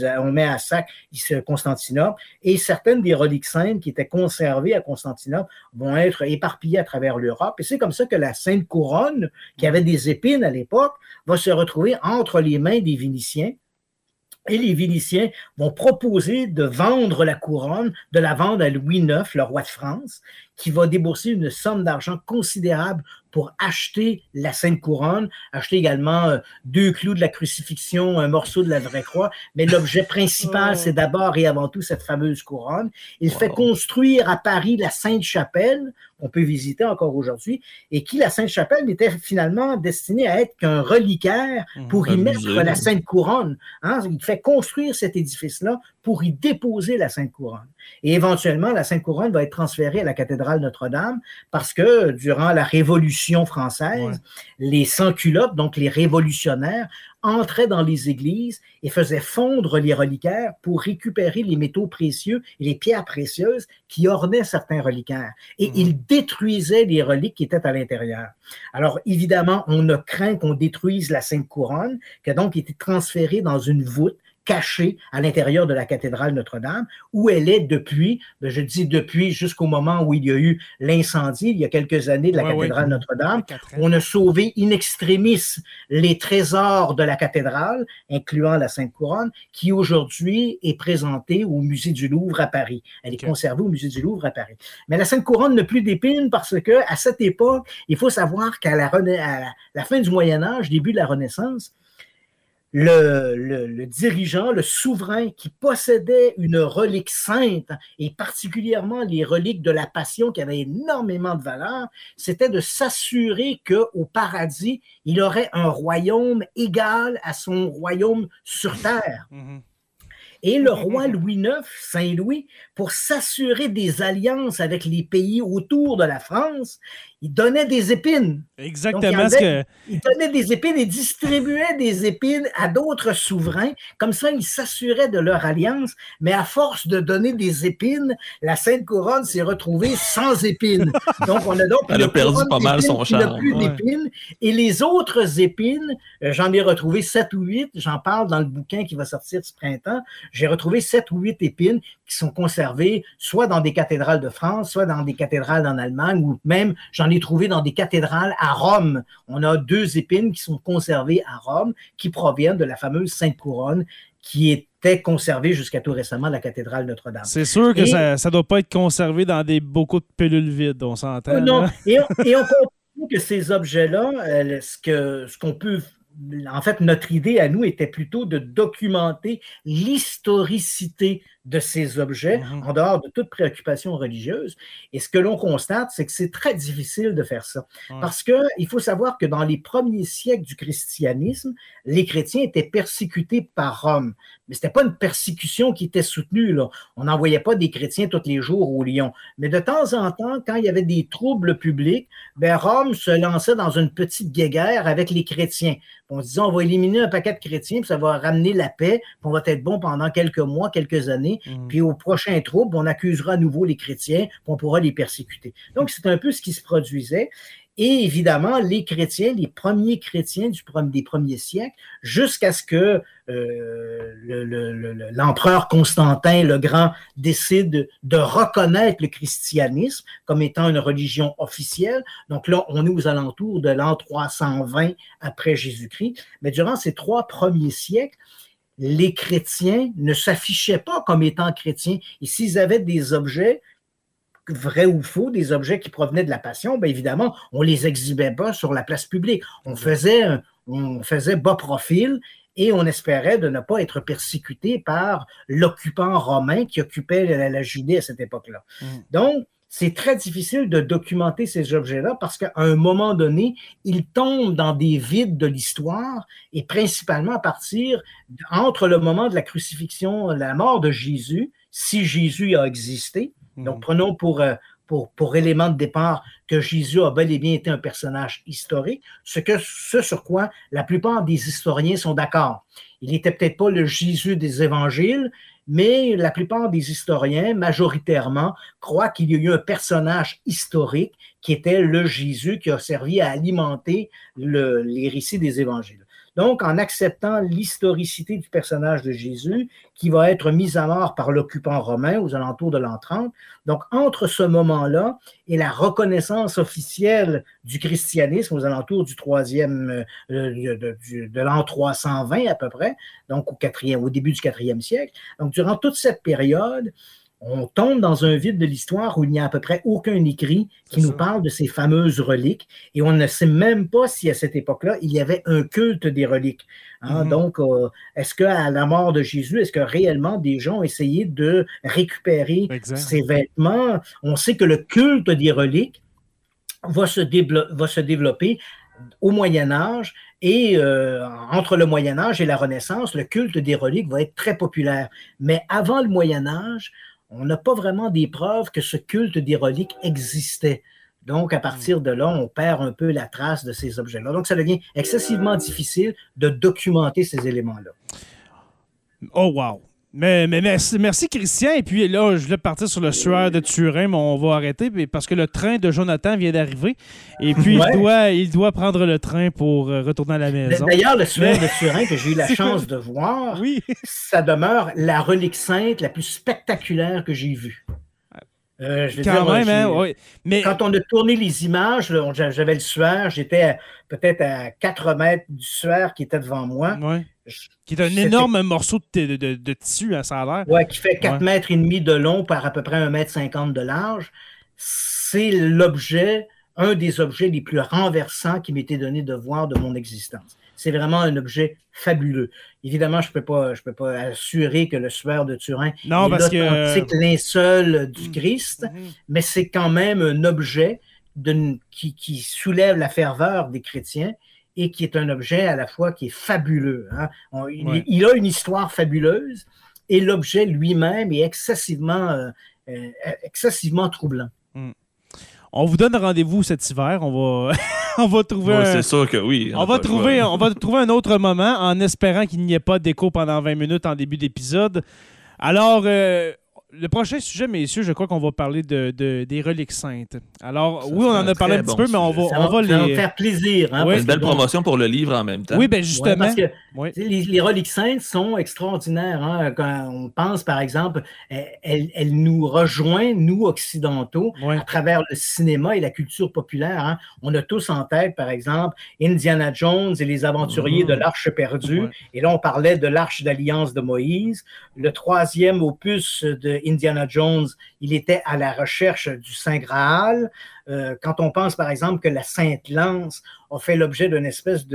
Constantinople. Et certaines des reliques saintes qui étaient conservées à Constantinople vont être éparpillées à travers l'Europe. Et c'est comme ça que la Sainte Couronne, qui avait des épines à l'époque, va se retrouver entre les mains des Vénitiens. Et les Vénitiens vont proposer de vendre la couronne, de la vendre à Louis IX, le roi de France, qui va débourser une somme d'argent considérable pour acheter la Sainte Couronne, acheter également 2 clous de la crucifixion, un morceau de la vraie croix. Mais l'objet principal, c'est d'abord et avant tout cette fameuse couronne. Il fait construire à Paris la Sainte-Chapelle, qu'on peut visiter encore aujourd'hui, et qui, la Sainte-Chapelle, n'était finalement destinée à être qu'un reliquaire pour y mettre la Sainte Couronne. Il fait construire cet édifice-là pour y déposer la Sainte Couronne. Et éventuellement, la Sainte Couronne va être transférée à la cathédrale Notre-Dame parce que durant la Révolution française, les sans-culottes, donc les révolutionnaires, entraient dans les églises et faisaient fondre les reliquaires pour récupérer les métaux précieux et les pierres précieuses qui ornaient certains reliquaires. Et ils détruisaient les reliques qui étaient à l'intérieur. Alors, évidemment, on a craint qu'on détruise la Sainte Couronne, qui a donc été transférée dans une voûte cachée à l'intérieur de la cathédrale Notre-Dame, où elle est depuis, je dis depuis jusqu'au moment où il y a eu l'incendie, il y a quelques années, de la cathédrale Notre-Dame. On a sauvé in extremis les trésors de la cathédrale, incluant la Sainte Couronne, qui aujourd'hui est présentée au musée du Louvre à Paris. Elle est conservée au musée du Louvre à Paris. Mais la Sainte Couronne n'a plus d'épines parce que à cette époque, il faut savoir qu'à la fin du Moyen Âge, début de la Renaissance, le dirigeant, le souverain qui possédait une relique sainte, et particulièrement les reliques de la Passion qui avaient énormément de valeur, c'était de s'assurer qu'au paradis, il aurait un royaume égal à son royaume sur terre. Et le roi Louis IX, Saint-Louis, pour s'assurer des alliances avec les pays autour de la France, il donnait des épines. Exactement Il donnait des épines et distribuait des épines à d'autres souverains. Comme ça, il s'assurait de leur alliance. Mais à force de donner des épines, la Sainte Couronne s'est retrouvée sans épines. Donc, on a donc Elle a perdu pas mal son charme. Il n'a plus d'épines. Et les autres épines, j'en ai retrouvé 7 ou 8. J'en parle dans le bouquin qui va sortir ce printemps. J'ai retrouvé 7 ou 8 épines qui sont conservées soit dans des cathédrales de France, soit dans des cathédrales en Allemagne, ou même j'en ai trouvé dans des cathédrales à Rome. On a 2 épines qui sont conservées à Rome, qui proviennent de la fameuse Sainte Couronne, qui était conservée jusqu'à tout récemment à la cathédrale Notre-Dame. C'est sûr que ça ne doit pas être conservé dans beaucoup de pilules vides, on s'entend. Non, et on comprend que ces objets-là, ce qu'on peut... En fait, notre idée à nous était plutôt de documenter l'historicité de ces objets en dehors de toute préoccupation religieuse. Et ce que l'on constate, c'est que c'est très difficile de faire ça. Parce qu'il faut savoir que dans les premiers siècles du christianisme, les chrétiens étaient persécutés par Rome. Mais ce n'était pas une persécution qui était soutenue, là. On n'envoyait pas des chrétiens tous les jours au Lion. Mais de temps en temps, quand il y avait des troubles publics, Rome se lançait dans une petite guéguerre avec les chrétiens. On se disait, on va éliminer un paquet de chrétiens, puis ça va ramener la paix, puis on va être bon pendant quelques mois, quelques années. Puis au prochain trouble, on accusera à nouveau les chrétiens, puis on pourra les persécuter. Donc, c'est un peu ce qui se produisait. Et évidemment, les chrétiens, les premiers chrétiens des premiers siècles, jusqu'à ce que l'empereur Constantin le Grand décide de reconnaître le christianisme comme étant une religion officielle. Donc là, on est aux alentours de l'an 320 après Jésus-Christ. Mais durant ces 3 premiers siècles, les chrétiens ne s'affichaient pas comme étant chrétiens. Et s'ils avaient des objets, vrais ou faux, des objets qui provenaient de la Passion, bien évidemment, on ne les exhibait pas sur la place publique. On faisait bas profil et on espérait de ne pas être persécuté par l'occupant romain qui occupait la Judée à cette époque-là. Donc, c'est très difficile de documenter ces objets-là parce qu'à un moment donné, ils tombent dans des vides de l'histoire et principalement à partir entre le moment de la crucifixion, la mort de Jésus, si Jésus a existé. Donc, prenons pour élément de départ que Jésus a bel et bien été un personnage historique, ce sur quoi la plupart des historiens sont d'accord. Il n'était peut-être pas le Jésus des évangiles, mais la plupart des historiens, majoritairement, croient qu'il y a eu un personnage historique qui était le Jésus qui a servi à alimenter les récits des évangiles. Donc, en acceptant l'historicité du personnage de Jésus, qui va être mis à mort par l'occupant romain aux alentours de l'an 30, donc entre ce moment-là et la reconnaissance officielle du christianisme aux alentours du de l'an 320 à peu près, donc au début du 4e siècle, donc durant toute cette période, on tombe dans un vide de l'histoire où il n'y a à peu près aucun écrit qui nous parle de ces fameuses reliques et on ne sait même pas si à cette époque-là, il y avait un culte des reliques. Donc, est-ce qu'à la mort de Jésus, est-ce que réellement des gens ont essayé de récupérer ces vêtements? On sait que le culte des reliques va se développer au Moyen-Âge et entre le Moyen-Âge et la Renaissance, le culte des reliques va être très populaire. Mais avant le Moyen-Âge, on n'a pas vraiment des preuves que ce culte des reliques existait. Donc, à partir de là, on perd un peu la trace de ces objets-là. Donc, ça devient excessivement difficile de documenter ces éléments-là. Oh, wow! Mais merci, Christian. Et puis là, je voulais partir sur le suaire de Turin, mais on va arrêter parce que le train de Jonathan vient d'arriver. Et puis, il doit prendre le train pour retourner à la maison. D'ailleurs, le suaire de Turin, que j'ai eu la chance de voir, ça demeure la relique sainte la plus spectaculaire que j'ai vue. Quand on a tourné les images, là, j'avais le suaire, j'étais peut-être à 4 mètres du suaire qui était devant moi. Qui est un énorme morceau de tissu, ça a l'air. Oui, qui fait 4 mètres et demi de long par à peu près 1,50 m de large. C'est un des objets les plus renversants qui m'était donné de voir de mon existence. c'est vraiment un objet fabuleux. Évidemment, je peux pas assurer que le suaire de Turin est l'authentique linceul du Christ, mais c'est quand même un objet qui soulève la ferveur des chrétiens et qui est un objet à la fois qui est fabuleux. Hein. Il a une histoire fabuleuse et l'objet lui-même est excessivement troublant. On vous donne rendez-vous cet hiver. On va trouver c'est sûr que oui. On va trouver un autre moment en espérant qu'il n'y ait pas d'écho pendant 20 minutes en début d'épisode. Alors, le prochain sujet, messieurs, je crois qu'on va parler des reliques saintes. Alors, oui, on en a parlé un petit peu, mais on va les... faire plaisir. Hein, une belle promotion pour le livre en même temps. Oui, bien justement. Ouais, parce que les reliques saintes sont extraordinaires. Hein. Quand on pense, par exemple, elles nous rejoignent, nous, occidentaux, à travers le cinéma et la culture populaire. Hein. On a tous en tête, par exemple, Indiana Jones et les aventuriers de l'Arche perdue. Ouais. Et là, on parlait de l'Arche d'Alliance de Moïse. Le 3e opus de Indiana Jones, il était à la recherche du Saint Graal. Quand on pense, par exemple, que la Sainte Lance a fait l'objet d'une espèce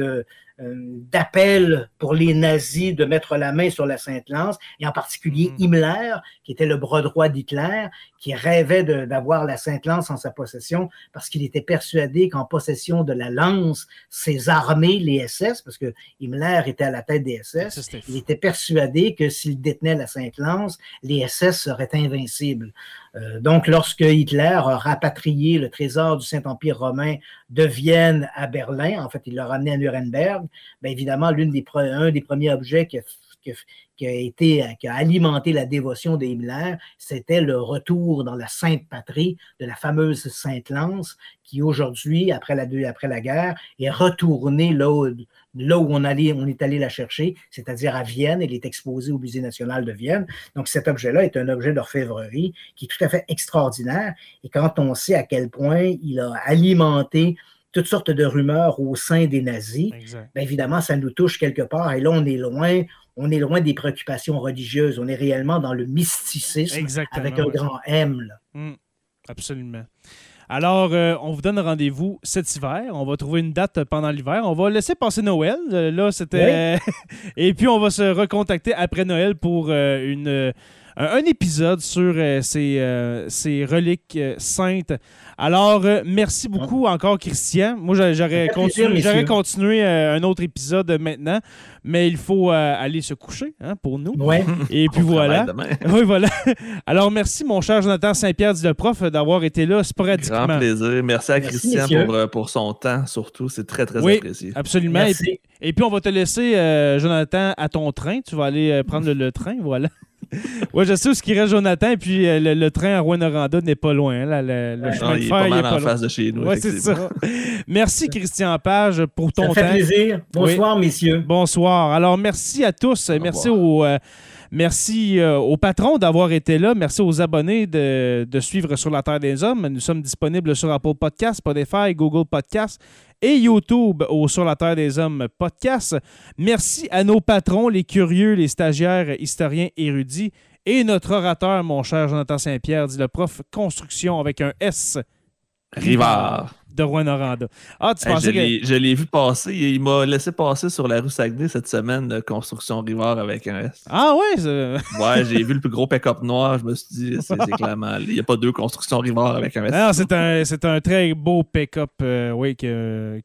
d'appel pour les nazis de mettre la main sur la Sainte Lance, et en particulier Himmler, qui était le bras droit d'Hitler, qui rêvait d'avoir la Sainte Lance en sa possession parce qu'il était persuadé qu'en possession de la lance, ses armées, les SS, parce que Himmler était à la tête des SS, il était persuadé que s'il détenait la Sainte Lance, les SS seraient invincibles. Donc, lorsque Hitler a rapatrié le trésor du Saint-Empire romain de Vienne à Berlin, en fait, il l'a ramené à Nuremberg, bien évidemment, un des premiers objets qui a alimenté la dévotion de Himmler, c'était le retour dans la Sainte Patrie de la fameuse Sainte Lance, qui aujourd'hui, après la guerre, est retournée là où on est allé la chercher, c'est-à-dire à Vienne. Elle est exposée au Musée national de Vienne. Donc, cet objet-là est un objet d'orfèvrerie qui est tout à fait extraordinaire. Et quand on sait à quel point il a alimenté toutes sortes de rumeurs au sein des nazis, bien évidemment, ça nous touche quelque part. Et là, on est loin des préoccupations religieuses. On est réellement dans le mysticisme avec un grand M. Là. Absolument. Alors, on vous donne rendez-vous cet hiver. On va trouver une date pendant l'hiver. On va laisser passer Noël. Là, c'était... Et puis, on va se recontacter après Noël pour un épisode sur ces reliques saintes. Alors, merci beaucoup encore, Christian. Moi, j'aurais continué un autre épisode maintenant, mais il faut aller se coucher pour nous. Ouais. Et puis voilà. Oui, voilà. Alors, merci, mon cher Jonathan Saint-Pierre, dit le prof, d'avoir été là sporadiquement. Grand plaisir. Merci à Christian pour son temps, surtout. C'est très, très apprécié. Absolument. Et puis, on va te laisser, Jonathan, à ton train. Tu vas aller prendre le train, voilà. Oui, je sais où ce qui reste Jonathan, et puis le train à Rouyn-Noranda n'est pas loin. Là, le chemin de fer, il est pas mal en face de chez nous. Oui, c'est ça. Merci, Christian Page, pour ton temps. Ça fait plaisir. Bonsoir, messieurs. Bonsoir. Alors, merci à tous. Merci aux patrons d'avoir été là. Merci aux abonnés de suivre Sur la Terre des Hommes. Nous sommes disponibles sur Apple Podcasts, Spotify, Google Podcasts et YouTube au Sur la Terre des Hommes podcast. Merci à nos patrons, les curieux, les stagiaires, historiens, érudits et notre orateur, mon cher Jonathan Saint-Pierre, dit le prof Construction avec un S. Rivard. De Rouyn-Noranda. Ah, tu pensais je l'ai vu passer. Il m'a laissé passer sur la rue Saguenay cette semaine de Construction Rivard avec un S. Ah ouais? Ouais, j'ai vu le plus gros pick-up noir. Je me suis dit, c'est clairement... Il n'y a pas deux Construction Rivard avec un S. Non, c'est un très beau pick-up que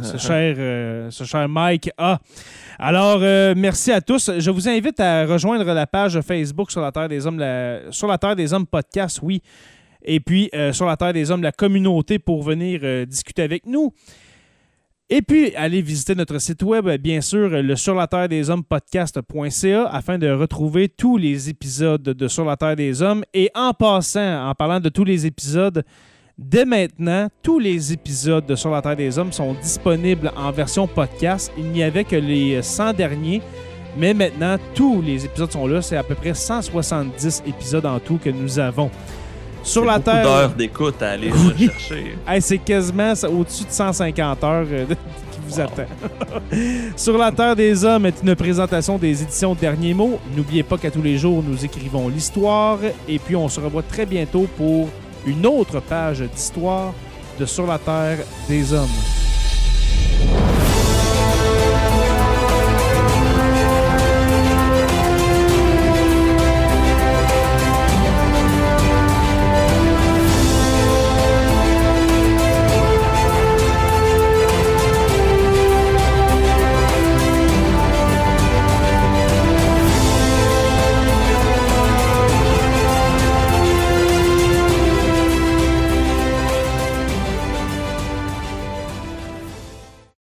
ce cher Mike a. Alors, merci à tous. Je vous invite à rejoindre la page Facebook Sur la Terre des Hommes, Sur la Terre des Hommes podcast, oui. Et puis, Sur la Terre des Hommes, la communauté pour venir discuter avec nous. Et puis, allez visiter notre site web, bien sûr, le surlaterredeshommes-podcast.ca afin de retrouver tous les épisodes de Sur la Terre des Hommes. Et en passant, en parlant de tous les épisodes, dès maintenant, tous les épisodes de Sur la Terre des Hommes sont disponibles en version podcast. Il n'y avait que les 100 derniers. Mais maintenant, tous les épisodes sont là. C'est à peu près 170 épisodes en tout que nous avons. Sur la Terre, d'heures d'écoute à aller chercher. Hey, c'est quasiment au-dessus de 150 heures qui vous attend. Sur la Terre des Hommes est une présentation des éditions Derniers Mots. N'oubliez pas qu'à tous les jours, nous écrivons l'histoire. Et puis, on se revoit très bientôt pour une autre page d'histoire de Sur la Terre des Hommes.